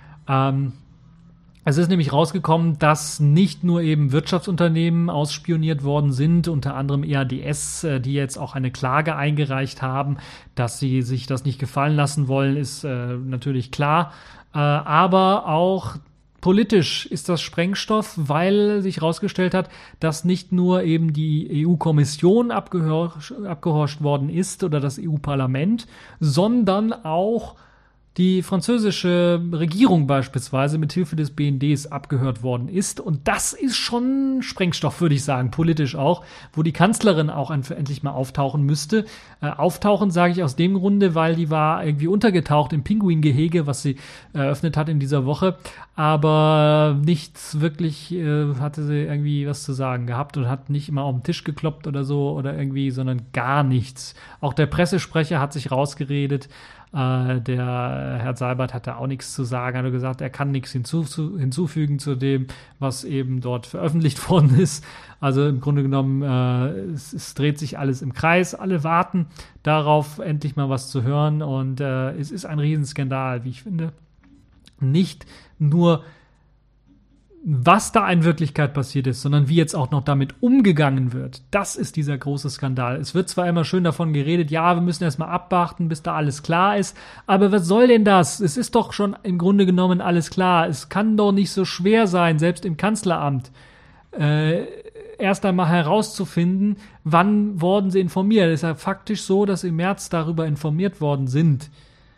Es ist nämlich rausgekommen, dass nicht nur eben Wirtschaftsunternehmen ausspioniert worden sind, unter anderem EADS, die jetzt auch eine Klage eingereicht haben. Dass sie sich das nicht gefallen lassen wollen, ist natürlich klar. Aber auch politisch ist das Sprengstoff, weil sich herausgestellt hat, dass nicht nur eben die EU-Kommission abgehorcht worden ist oder das EU-Parlament, sondern auch die französische Regierung beispielsweise mit Hilfe des BNDs abgehört worden ist. Und das ist schon Sprengstoff, würde ich sagen, politisch auch, wo die Kanzlerin auch endlich mal auftauchen müsste. Auftauchen sage ich aus dem Grunde, weil die war irgendwie untergetaucht im Pinguingehege, was sie eröffnet hat in dieser Woche. Aber nichts wirklich hatte sie irgendwie was zu sagen gehabt und hat nicht immer auf den Tisch gekloppt oder so oder irgendwie, sondern gar nichts. Auch der Pressesprecher hat sich rausgeredet. Der Herr Seibert hat da auch nichts zu sagen, hat gesagt, er kann nichts hinzufügen zu dem, was eben dort veröffentlicht worden ist. Also im Grunde genommen, es dreht sich alles im Kreis, alle warten darauf, endlich mal was zu hören und es ist ein Riesenskandal, wie ich finde. Nicht nur, was da in Wirklichkeit passiert ist, sondern wie jetzt auch noch damit umgegangen wird. Das ist dieser große Skandal. Es wird zwar immer schön davon geredet, ja, wir müssen erstmal abwarten, bis da alles klar ist, aber was soll denn das? Es ist doch schon im Grunde genommen alles klar. Es kann doch nicht so schwer sein, selbst im Kanzleramt, erst einmal herauszufinden, wann wurden sie informiert. Es ist ja faktisch so, dass im März darüber informiert worden sind.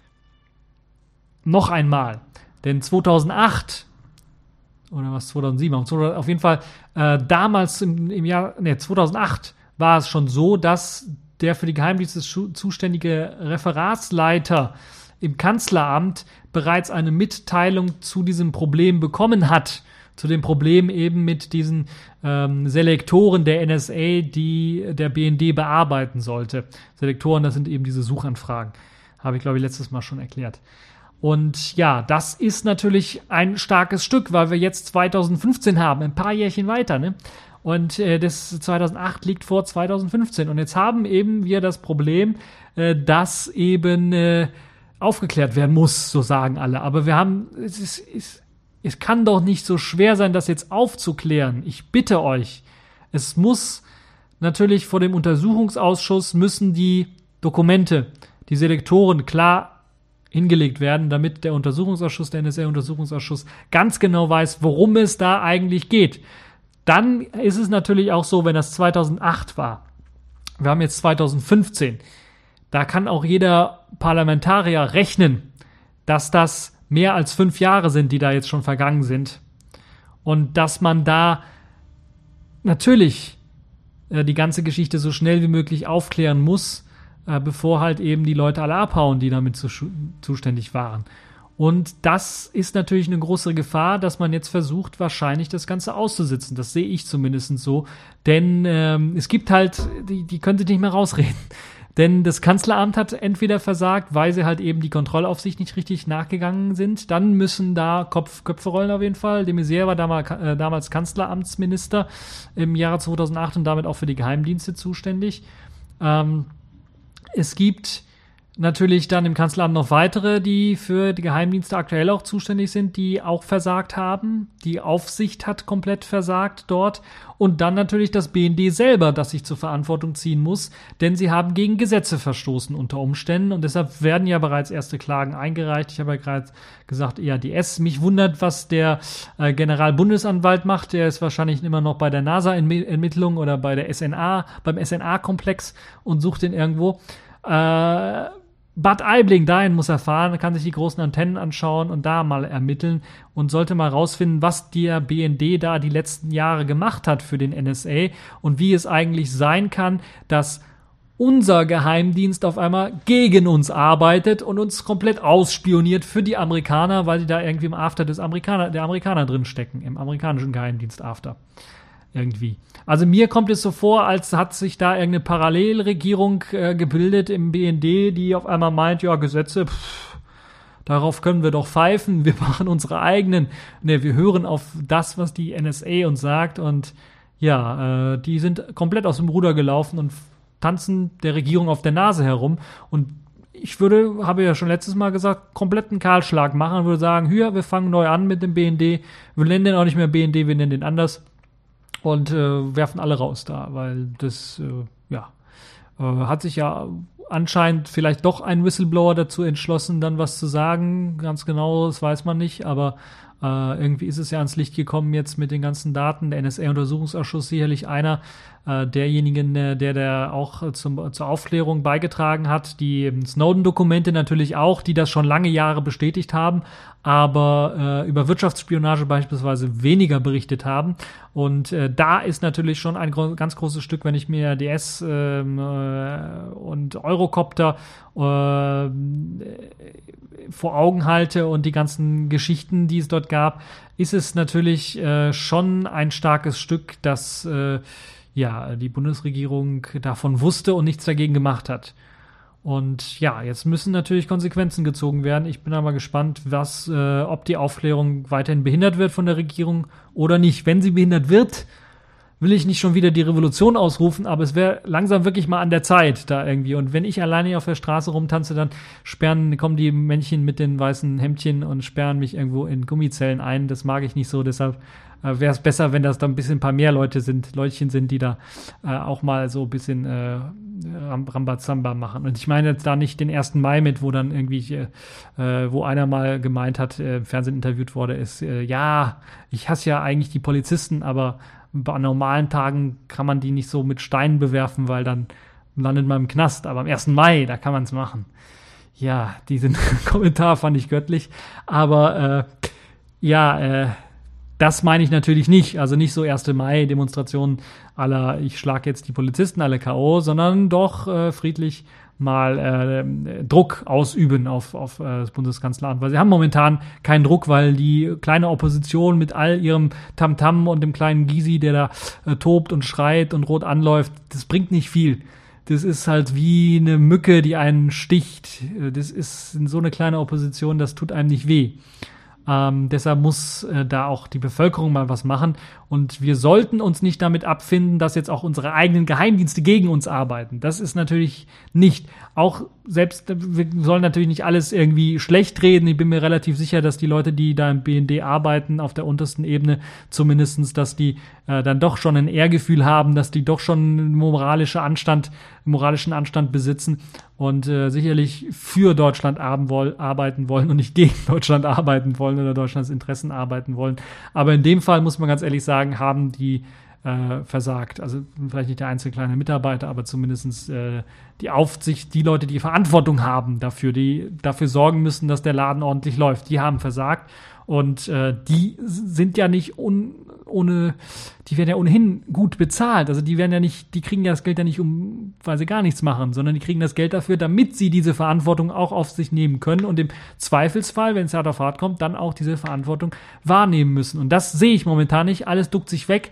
Noch einmal. Denn 2008 oder was, 2007, auf jeden Fall damals im Jahr 2008 war es schon so, dass der für die Geheimdienste zuständige Referatsleiter im Kanzleramt bereits eine Mitteilung zu diesem Problem bekommen hat, zu dem Problem eben mit diesen Selektoren der NSA, die der BND bearbeiten sollte. Selektoren, das sind eben diese Suchanfragen. Habe ich, glaube ich, letztes Mal schon erklärt. Und ja, das ist natürlich ein starkes Stück, weil wir jetzt 2015 haben, ein paar Jährchen weiter, ne? Und das 2008 liegt vor 2015. Und jetzt haben eben wir das Problem, dass eben aufgeklärt werden muss, so sagen alle. Aber wir haben, es kann doch nicht so schwer sein, das jetzt aufzuklären. Ich bitte euch, es muss natürlich vor dem Untersuchungsausschuss müssen die Dokumente, die Selektoren klar hingelegt werden, damit der Untersuchungsausschuss, der NSA-Untersuchungsausschuss, ganz genau weiß, worum es da eigentlich geht. Dann ist es natürlich auch so, wenn das 2008 war. Wir haben jetzt 2015. Da kann auch jeder Parlamentarier rechnen, dass das mehr als 5 Jahre sind, die da jetzt schon vergangen sind. Und dass man da natürlich die ganze Geschichte so schnell wie möglich aufklären muss, bevor halt eben die Leute alle abhauen, die damit zuständig waren. Und das ist natürlich eine große Gefahr, dass man jetzt versucht, wahrscheinlich das Ganze auszusitzen. Das sehe ich zumindest so. Denn es gibt halt, die können sich nicht mehr rausreden. Denn das Kanzleramt hat entweder versagt, weil sie halt eben die Kontrollaufsicht nicht richtig nachgegangen sind. Dann müssen da Köpfe rollen auf jeden Fall. De Maizière war damals Kanzleramtsminister im Jahre 2008 und damit auch für die Geheimdienste zuständig. Es gibt natürlich dann im Kanzleramt noch weitere, die für die Geheimdienste aktuell auch zuständig sind, die auch versagt haben. Die Aufsicht hat komplett versagt dort. Und dann natürlich das BND selber, das sich zur Verantwortung ziehen muss, denn sie haben gegen Gesetze verstoßen unter Umständen. Und deshalb werden ja bereits erste Klagen eingereicht. Ich habe ja gerade gesagt, EADS. Mich wundert, was der Generalbundesanwalt macht. Der ist wahrscheinlich immer noch bei der NASA-Ermittlung oder bei der SNA, beim SNA-Komplex und sucht den irgendwo. Bad Aibling, dahin muss er fahren, kann sich die großen Antennen anschauen und da mal ermitteln und sollte mal rausfinden, was der BND da die letzten Jahre gemacht hat für den NSA und wie es eigentlich sein kann, dass unser Geheimdienst auf einmal gegen uns arbeitet und uns komplett ausspioniert für die Amerikaner, weil die da irgendwie im After der Amerikaner drin stecken, im amerikanischen Geheimdienst After. Irgendwie. Also mir kommt es so vor, als hat sich da irgendeine Parallelregierung gebildet im BND, die auf einmal meint, ja, Gesetze, darauf können wir doch pfeifen, wir machen unsere eigenen. Ne, wir hören auf das, was die NSA uns sagt und ja, die sind komplett aus dem Ruder gelaufen und tanzen der Regierung auf der Nase herum und ich habe ja schon letztes Mal gesagt, kompletten Kahlschlag machen und würde sagen, hier, wir fangen neu an mit dem BND, wir nennen den auch nicht mehr BND, wir nennen den anders. Und werfen alle raus da, weil das, hat sich ja anscheinend vielleicht doch ein Whistleblower dazu entschlossen, dann was zu sagen. Ganz genau, das weiß man nicht, aber irgendwie ist es ja ans Licht gekommen jetzt mit den ganzen Daten. Der NSA-Untersuchungsausschuss sicherlich einer derjenigen, der auch zur Aufklärung beigetragen hat. Die Snowden-Dokumente natürlich auch, die das schon lange Jahre bestätigt haben, aber über Wirtschaftsspionage beispielsweise weniger berichtet haben. Und da ist natürlich schon ein ganz großes Stück, wenn ich mir DS und Eurocopter vor Augen halte und die ganzen Geschichten, die es dort gab, ist es natürlich schon ein starkes Stück, dass die Bundesregierung davon wusste und nichts dagegen gemacht hat. Und ja, jetzt müssen natürlich Konsequenzen gezogen werden. Ich bin aber gespannt, ob die Aufklärung weiterhin behindert wird von der Regierung oder nicht. Wenn sie behindert wird, will ich nicht schon wieder die Revolution ausrufen, aber es wäre langsam wirklich mal an der Zeit da irgendwie. Und wenn ich alleine auf der Straße rumtanze, dann kommen die Männchen mit den weißen Hemdchen und sperren mich irgendwo in Gummizellen ein. Das mag ich nicht so, deshalb wäre es besser, wenn das da ein bisschen mehr Leutchen sind, die da auch mal so ein bisschen Rambazamba machen. Und ich meine jetzt da nicht den 1. Mai mit, wo dann irgendwie, wo einer mal gemeint hat, im Fernsehen interviewt wurde, ist, ich hasse ja eigentlich die Polizisten, aber bei normalen Tagen kann man die nicht so mit Steinen bewerfen, weil dann landet man im Knast. Aber am 1. Mai, da kann man es machen. Ja, diesen Kommentar fand ich göttlich. Aber das meine ich natürlich nicht. Also nicht so 1. Mai-Demonstrationen aller, ich schlage jetzt die Polizisten alle K.O., sondern doch friedlich mal Druck ausüben auf das Bundeskanzleramt. Weil sie haben momentan keinen Druck, weil die kleine Opposition mit all ihrem Tamtam und dem kleinen Gysi, der da tobt und schreit und rot anläuft, das bringt nicht viel. Das ist halt wie eine Mücke, die einen sticht. Das ist so eine kleine Opposition, das tut einem nicht weh. Deshalb muss da auch die Bevölkerung mal was machen. Und wir sollten uns nicht damit abfinden, dass jetzt auch unsere eigenen Geheimdienste gegen uns arbeiten. Das ist natürlich nicht. Auch selbst, wir sollen natürlich nicht alles irgendwie schlecht reden. Ich bin mir relativ sicher, dass die Leute, die da im BND arbeiten, auf der untersten Ebene zumindestens, dass die dann doch schon ein Ehrgefühl haben, dass die doch schon einen moralischen Anstand besitzen und sicherlich für Deutschland arbeiten wollen und nicht gegen Deutschland arbeiten wollen oder Deutschlands Interessen arbeiten wollen. Aber in dem Fall muss man ganz ehrlich sagen, haben die versagt. Also vielleicht nicht der einzelne kleine Mitarbeiter, aber zumindest die Aufsicht, die Leute, die Verantwortung haben dafür, die dafür sorgen müssen, dass der Laden ordentlich läuft, die haben versagt. Und die sind ja nicht die werden ja ohnehin gut bezahlt. Also die kriegen ja das Geld ja nicht weil sie gar nichts machen, sondern die kriegen das Geld dafür, damit sie diese Verantwortung auch auf sich nehmen können und im Zweifelsfall, wenn es hart auf hart kommt, dann auch diese Verantwortung wahrnehmen müssen. Und das sehe ich momentan nicht. Alles duckt sich weg.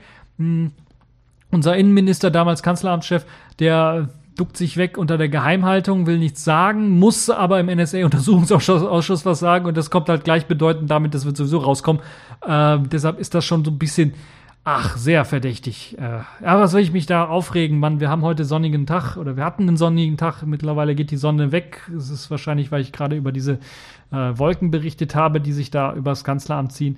Unser Innenminister, damals Kanzleramtschef, der duckt sich weg unter der Geheimhaltung, will nichts sagen, muss aber im NSA-Untersuchungsausschuss was sagen und das kommt halt gleichbedeutend damit, das wird sowieso rauskommen. Deshalb ist das schon so ein bisschen, sehr verdächtig. Was soll ich mich da aufregen, Mann? Wir haben heute sonnigen Tag oder wir hatten einen sonnigen Tag. Mittlerweile geht die Sonne weg. Es ist wahrscheinlich, weil ich gerade über diese Wolken berichtet habe, die sich da übers Kanzleramt ziehen.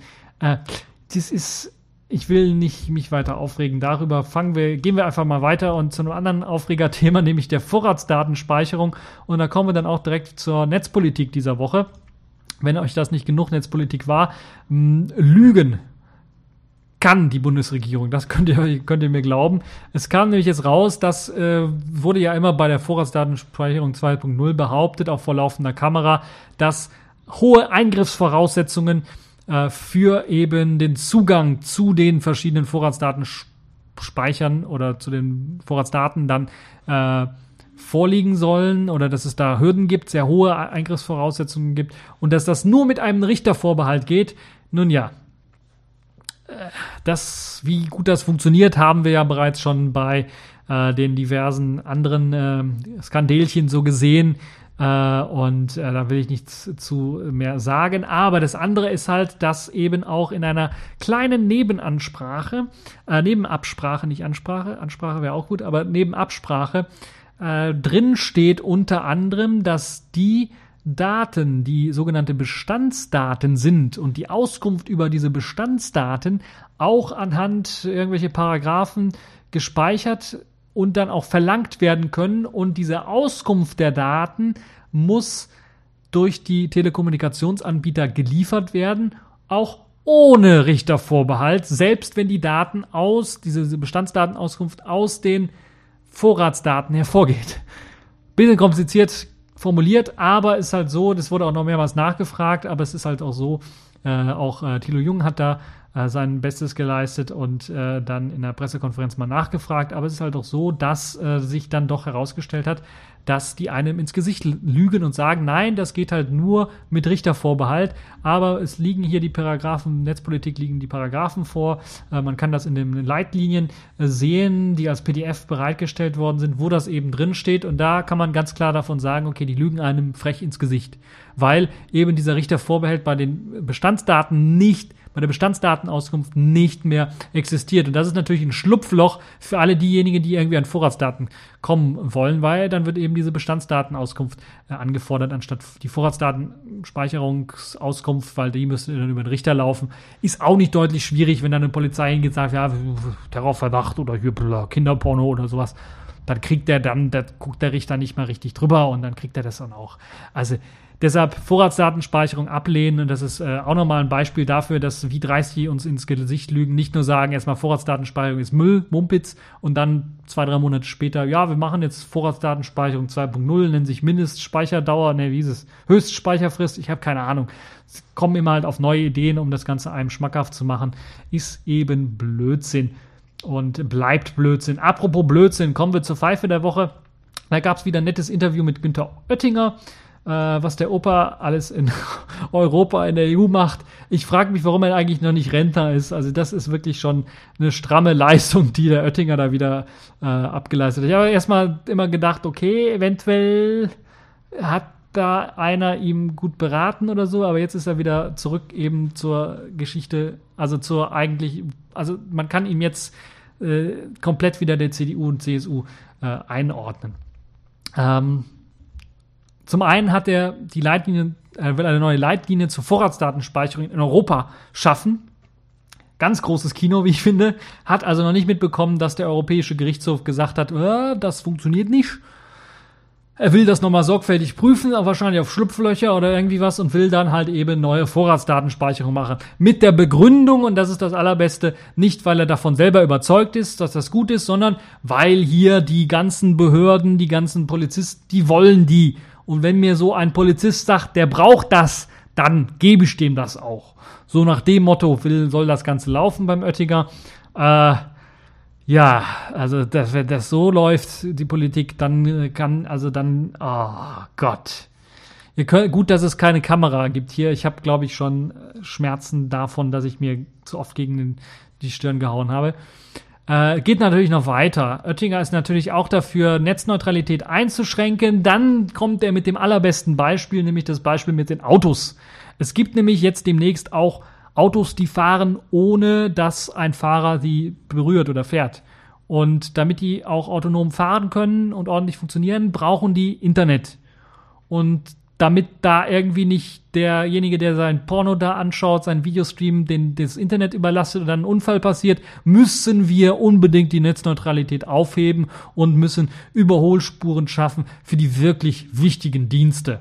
Ich will nicht mich weiter aufregen darüber. Gehen wir einfach mal weiter und zu einem anderen Aufregerthema, nämlich der Vorratsdatenspeicherung. Und da kommen wir dann auch direkt zur Netzpolitik dieser Woche. Wenn euch das nicht genug Netzpolitik war, lügen kann die Bundesregierung. Das könnt ihr mir glauben. Es kam nämlich jetzt raus, das wurde ja immer bei der Vorratsdatenspeicherung 2.0 behauptet, auch vor laufender Kamera, dass hohe Eingriffsvoraussetzungen für eben den Zugang zu den verschiedenen Vorratsdatenspeichern oder zu den Vorratsdaten dann vorliegen sollen oder dass es da Hürden gibt, sehr hohe Eingriffsvoraussetzungen gibt und dass das nur mit einem Richtervorbehalt geht. Nun ja, wie gut das funktioniert, haben wir ja bereits schon bei den diversen anderen Skandelchen so gesehen. Da will ich nichts zu mehr sagen. Aber das andere ist halt, dass eben auch in einer kleinen Nebenabsprache, nicht Ansprache, Ansprache wäre auch gut, aber Nebenabsprache drin steht unter anderem, dass die Daten, die sogenannte Bestandsdaten sind und die Auskunft über diese Bestandsdaten auch anhand irgendwelche Paragraphen gespeichert und dann auch verlangt werden können. Und diese Auskunft der Daten muss durch die Telekommunikationsanbieter geliefert werden, auch ohne Richtervorbehalt, selbst wenn die Daten diese Bestandsdatenauskunft aus den Vorratsdaten hervorgeht. Bisschen kompliziert formuliert, aber ist halt so, das wurde auch noch mehrmals nachgefragt, aber es ist halt auch so, auch Thilo Jung hat da sein Bestes geleistet und dann in der Pressekonferenz mal nachgefragt, aber es ist halt auch so, dass sich dann doch herausgestellt hat, dass die einem ins Gesicht lügen und sagen, nein, das geht halt nur mit Richtervorbehalt, aber es liegen hier die Paragraphen, Netzpolitik liegen die Paragraphen vor, man kann das in den Leitlinien sehen, die als PDF bereitgestellt worden sind, wo das eben drin steht und da kann man ganz klar davon sagen, okay, die lügen einem frech ins Gesicht, weil eben dieser Richtervorbehalt bei den Bestandsdaten bei der Bestandsdatenauskunft nicht mehr existiert. Und das ist natürlich ein Schlupfloch für alle diejenigen, die irgendwie an Vorratsdaten kommen wollen, weil dann wird eben diese Bestandsdatenauskunft angefordert, anstatt die Vorratsdatenspeicherungsauskunft, weil die müssen dann über den Richter laufen. Ist auch nicht deutlich schwierig, wenn dann eine Polizei hingeht und sagt, ja, Terrorverdacht oder hier Kinderporno oder sowas. Dann guckt der Richter nicht mal richtig drüber und dann kriegt er das dann auch. Also deshalb Vorratsdatenspeicherung ablehnen und das ist auch nochmal ein Beispiel dafür, dass wie dreist die uns ins Gesicht lügen, nicht nur sagen, erstmal Vorratsdatenspeicherung ist Müll, Mumpitz und dann 2-3 Monate später, ja, wir machen jetzt Vorratsdatenspeicherung 2.0, nennt sich Mindestspeicherdauer, wie ist es, Höchstspeicherfrist, ich habe keine Ahnung. Sie kommen immer halt auf neue Ideen, um das Ganze einem schmackhaft zu machen, ist eben Blödsinn und bleibt Blödsinn. Apropos Blödsinn, kommen wir zur Pfeife der Woche. Da gab es wieder ein nettes Interview mit Günther Oettinger, was der Opa alles in Europa, in der EU macht. Ich frage mich, warum er eigentlich noch nicht Rentner ist. Also das ist wirklich schon eine stramme Leistung, die der Oettinger da wieder abgeleistet hat. Ich habe erstmal immer gedacht, okay, eventuell hat da einer ihm gut beraten oder so, aber jetzt ist er wieder zurück eben zur Geschichte, also man kann ihm jetzt komplett wieder der CDU und CSU einordnen. Zum einen hat er will eine neue Leitlinie zur Vorratsdatenspeicherung in Europa schaffen. Ganz großes Kino, wie ich finde. Hat also noch nicht mitbekommen, dass der Europäische Gerichtshof gesagt hat, das funktioniert nicht. Er will das nochmal sorgfältig prüfen, aber wahrscheinlich auf Schlupflöcher oder irgendwie was und will dann halt eben neue Vorratsdatenspeicherung machen. Mit der Begründung, und das ist das Allerbeste, nicht weil er davon selber überzeugt ist, dass das gut ist, sondern weil hier die ganzen Behörden, die ganzen Polizisten, die wollen die. Und wenn mir so ein Polizist sagt, der braucht das, dann gebe ich dem das auch. So nach dem Motto soll das Ganze laufen beim Oettinger. Ja, also wenn das so läuft, die Politik, oh Gott. Gut, dass es keine Kamera gibt hier. Ich habe, glaube ich, schon Schmerzen davon, dass ich mir zu oft gegen die Stirn gehauen habe. Geht natürlich noch weiter. Oettinger ist natürlich auch dafür, Netzneutralität einzuschränken. Dann kommt er mit dem allerbesten Beispiel, nämlich das Beispiel mit den Autos. Es gibt nämlich jetzt demnächst auch Autos, die fahren, ohne dass ein Fahrer sie berührt oder fährt. Und damit die auch autonom fahren können und ordentlich funktionieren, brauchen die Internet. Und damit da irgendwie nicht derjenige, der sein Porno da anschaut, sein Videostream, das Internet überlastet oder ein Unfall passiert, müssen wir unbedingt die Netzneutralität aufheben und müssen Überholspuren schaffen für die wirklich wichtigen Dienste.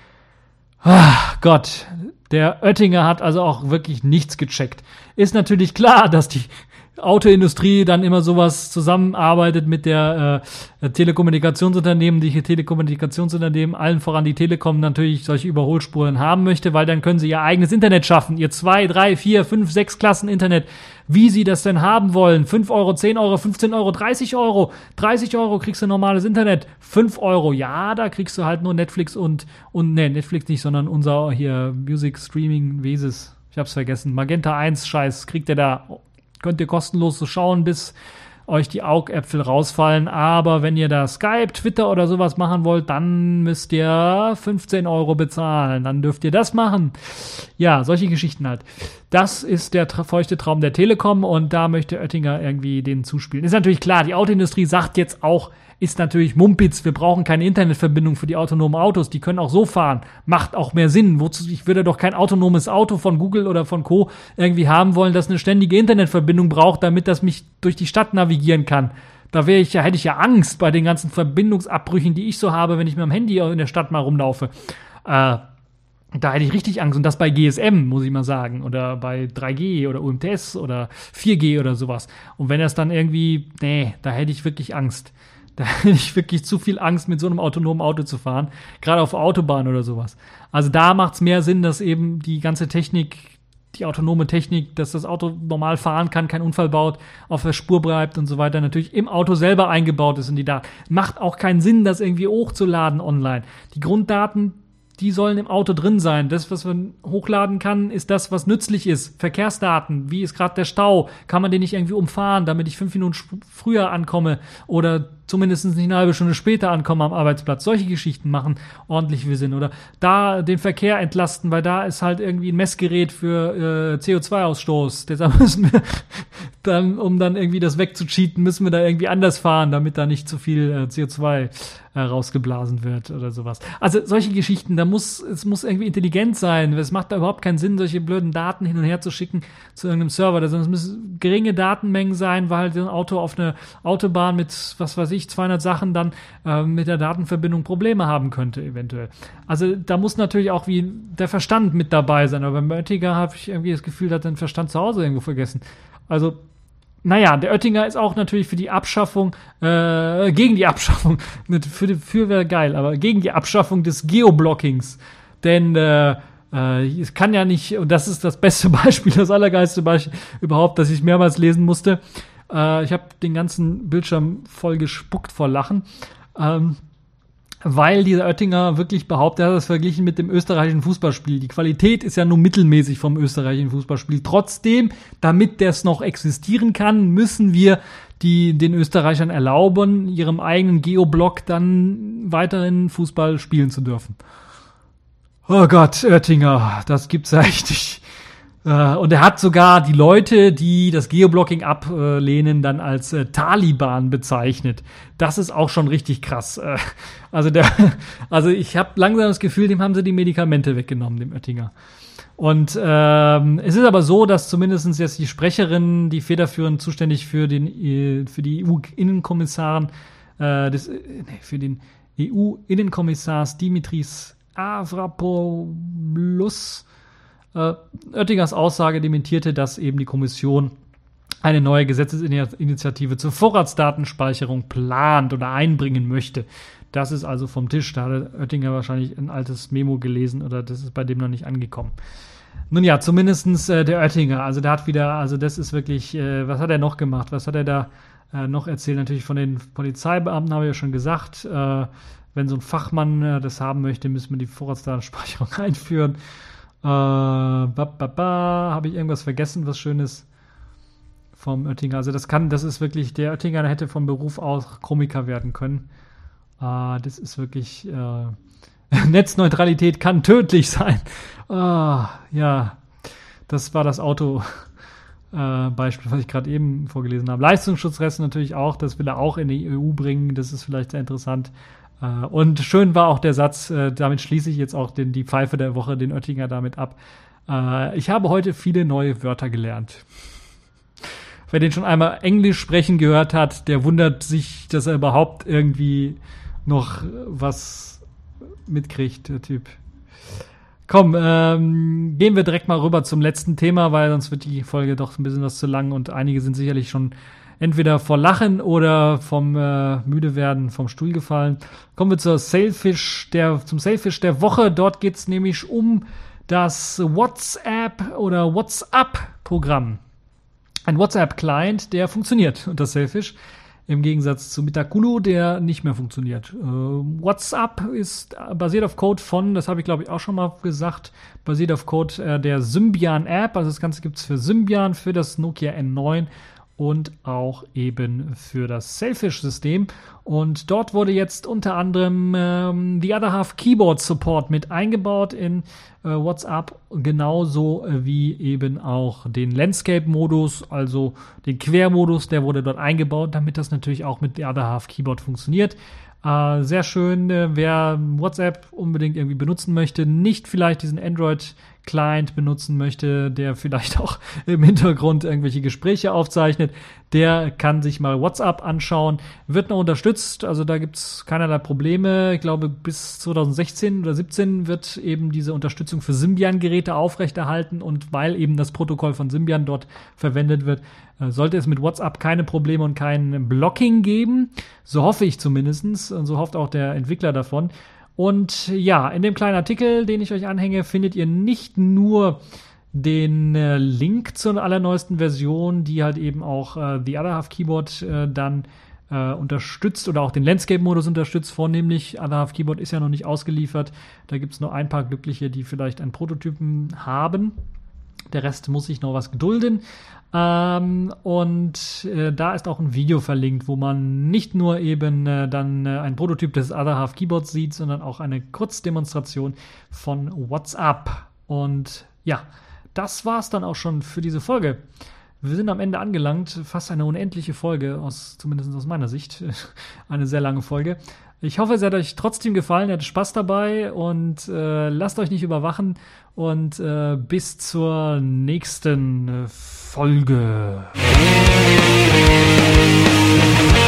Gott, der Oettinger hat also auch wirklich nichts gecheckt. Ist natürlich klar, dass die Autoindustrie dann immer sowas zusammenarbeitet mit der Telekommunikationsunternehmen, allen voran die Telekom, natürlich solche Überholspuren haben möchte, weil dann können sie ihr eigenes Internet schaffen, ihr 2, 3, 4, 5, 6 Klassen Internet, wie sie das denn haben wollen. 5 Euro, 10 Euro, 15 Euro, 30 Euro. 30 Euro kriegst du normales Internet. 5 Euro, ja, da kriegst du halt nur Netflix Netflix nicht, sondern unser hier Music Streaming Vesis. Ich hab's vergessen. Magenta 1 Scheiß kriegt ihr da. Könnt ihr kostenlos so schauen, bis euch die Augäpfel rausfallen. Aber wenn ihr da Skype, Twitter oder sowas machen wollt, dann müsst ihr 15 Euro bezahlen. Dann dürft ihr das machen. Ja, solche Geschichten halt. Das ist der feuchte Traum der Telekom und da möchte Oettinger irgendwie denen zuspielen. Ist natürlich klar, die Autoindustrie sagt jetzt auch, ist natürlich Mumpitz, wir brauchen keine Internetverbindung für die autonomen Autos, die können auch so fahren, macht auch mehr Sinn. Ich würde doch kein autonomes Auto von Google oder von Co. irgendwie haben wollen, das eine ständige Internetverbindung braucht, damit das mich durch die Stadt navigieren kann. Da hätte ich ja Angst bei den ganzen Verbindungsabbrüchen, die ich so habe, wenn ich mit dem Handy in der Stadt mal rumlaufe. Da hätte ich richtig Angst. Und das bei GSM, muss ich mal sagen. Oder bei 3G oder UMTS oder 4G oder sowas. Und wenn das dann irgendwie, da hätte ich wirklich Angst. Da hätte ich wirklich zu viel Angst, mit so einem autonomen Auto zu fahren. Gerade auf Autobahn oder sowas. Also da macht es mehr Sinn, dass eben die ganze Technik, die autonome Technik, dass das Auto normal fahren kann, keinen Unfall baut, auf der Spur bleibt und so weiter, natürlich im Auto selber eingebaut ist in die Daten. Macht auch keinen Sinn, das irgendwie hochzuladen online. Die Grunddaten, die sollen im Auto drin sein. Das, was man hochladen kann, ist das, was nützlich ist. Verkehrsdaten, wie ist gerade der Stau? Kann man den nicht irgendwie umfahren, damit ich 5 Minuten früher ankomme oder zumindest nicht eine halbe Stunde später ankomme am Arbeitsplatz? Solche Geschichten machen ordentlich viel Sinn. Oder da den Verkehr entlasten, weil da ist halt irgendwie ein Messgerät für CO2-Ausstoß. Deshalb müssen wir dann, um dann irgendwie das wegzucheaten, müssen wir da irgendwie anders fahren, damit da nicht zu viel CO2 rausgeblasen wird oder sowas. Also solche Geschichten, es muss irgendwie intelligent sein. Es macht da überhaupt keinen Sinn, solche blöden Daten hin und her zu schicken zu irgendeinem Server. Es müssen geringe Datenmengen sein, weil halt ein Auto auf einer Autobahn mit, was weiß ich, 200 Sachen dann mit der Datenverbindung Probleme haben könnte eventuell. Also da muss natürlich auch wie der Verstand mit dabei sein. Aber beim Oettinger habe ich irgendwie das Gefühl, der hat den Verstand zu Hause irgendwo vergessen. Also naja, der Oettinger ist auch natürlich für die Abschaffung, gegen die Abschaffung, für wäre geil, aber gegen die Abschaffung des Geoblockings. Denn es kann ja nicht, und das ist das beste Beispiel, das allergeilste Beispiel überhaupt, das ich mehrmals lesen musste. Ich habe den ganzen Bildschirm voll gespuckt vor Lachen. Weil dieser Oettinger wirklich behauptet, er hat das verglichen mit dem österreichischen Fußballspiel. Die Qualität ist ja nur mittelmäßig vom österreichischen Fußballspiel. Trotzdem, damit das noch existieren kann, müssen wir den Österreichern erlauben, ihrem eigenen Geoblock dann weiterhin Fußball spielen zu dürfen. Oh Gott, Oettinger, das gibt's ja echt nicht. Und er hat sogar die Leute, die das Geoblocking ablehnen, dann als Taliban bezeichnet. Das ist auch schon richtig krass. Also ich habe langsam das Gefühl, dem haben sie die Medikamente weggenommen, dem Oettinger. Und es ist aber so, dass zumindest jetzt die Sprecherin, die federführend zuständig für die EU-Innenkommissaren, für den EU-Innenkommissars Dimitris Avramopoulos, Oettingers Aussage dementierte, dass eben die Kommission eine neue Gesetzesinitiative zur Vorratsdatenspeicherung plant oder einbringen möchte. Das ist also vom Tisch. Da hat Oettinger wahrscheinlich ein altes Memo gelesen oder das ist bei dem noch nicht angekommen. Nun ja, zumindestens der Oettinger. Also der hat wieder, also das ist wirklich, was hat er noch gemacht? Was hat er da noch erzählt? Natürlich von den Polizeibeamten, habe ich ja schon gesagt. Wenn so ein Fachmann das haben möchte, müssen wir die Vorratsdatenspeicherung einführen. Habe ich irgendwas vergessen, was Schönes vom Oettinger? Also das ist wirklich, der Oettinger hätte von Beruf aus Komiker werden können. Das ist wirklich, Netzneutralität kann tödlich sein. Ja, das war das Auto. Beispiel, was ich gerade eben vorgelesen habe. Leistungsschutzrecht natürlich auch, das will er auch in die EU bringen, das ist vielleicht sehr interessant. Und schön war auch der Satz, damit schließe ich jetzt auch die Pfeife der Woche, den Oettinger damit ab. Ich habe heute viele neue Wörter gelernt. Wer den schon einmal Englisch sprechen gehört hat, der wundert sich, dass er überhaupt irgendwie noch was mitkriegt, der Typ. Komm, gehen wir direkt mal rüber zum letzten Thema, weil sonst wird die Folge doch ein bisschen was zu lang und einige sind sicherlich schon entweder vor Lachen oder vom müde werden vom Stuhl gefallen. Kommen wir zum Sailfish der Woche. Dort geht es nämlich um das WhatsApp oder WhatsApp-Programm. Ein WhatsApp-Client, der funktioniert unter Sailfish. Im Gegensatz zu Mitakulu, der nicht mehr funktioniert. WhatsApp ist basiert auf Code von, das habe ich glaube ich auch schon mal gesagt, basiert auf Code der Symbian-App. Also das Ganze gibt es für Symbian, für das Nokia N9 und auch eben für das Sailfish-System. Und dort wurde jetzt unter anderem The Other Half Keyboard Support mit eingebaut in WhatsApp, genauso wie eben auch den Landscape-Modus, also den Quermodus, der wurde dort eingebaut, damit das natürlich auch mit The Other Half Keyboard funktioniert. Sehr schön, wer WhatsApp unbedingt irgendwie benutzen möchte, nicht vielleicht diesen Android-Client benutzen möchte, der vielleicht auch im Hintergrund irgendwelche Gespräche aufzeichnet, der kann sich mal WhatsApp anschauen. Wird noch unterstützt, also da gibt's keinerlei Probleme. Ich glaube, bis 2016 oder 2017 wird eben diese Unterstützung Unterstützung für Symbian-Geräte aufrechterhalten und weil eben das Protokoll von Symbian dort verwendet wird, sollte es mit WhatsApp keine Probleme und kein Blocking geben. So hoffe ich zumindest und so hofft auch der Entwickler davon. Und ja, in dem kleinen Artikel, den ich euch anhänge, findet ihr nicht nur den Link zur allerneuesten Version, die halt eben auch The Other Half Keyboard dann unterstützt oder auch den Landscape-Modus unterstützt. Vornehmlich, Other Half Keyboard ist ja noch nicht ausgeliefert. Da gibt es nur ein paar Glückliche, die vielleicht einen Prototypen haben. Der Rest muss sich noch was gedulden. Da ist auch ein Video verlinkt, wo man nicht nur eben dann ein Prototyp des Other Half Keyboards sieht, sondern auch eine Kurzdemonstration von WhatsApp. Und ja, das war's dann auch schon für diese Folge. Wir sind am Ende angelangt, fast eine unendliche Folge, zumindest aus meiner Sicht, eine sehr lange Folge. Ich hoffe, es hat euch trotzdem gefallen, ihr hattet Spaß dabei und lasst euch nicht überwachen und bis zur nächsten Folge.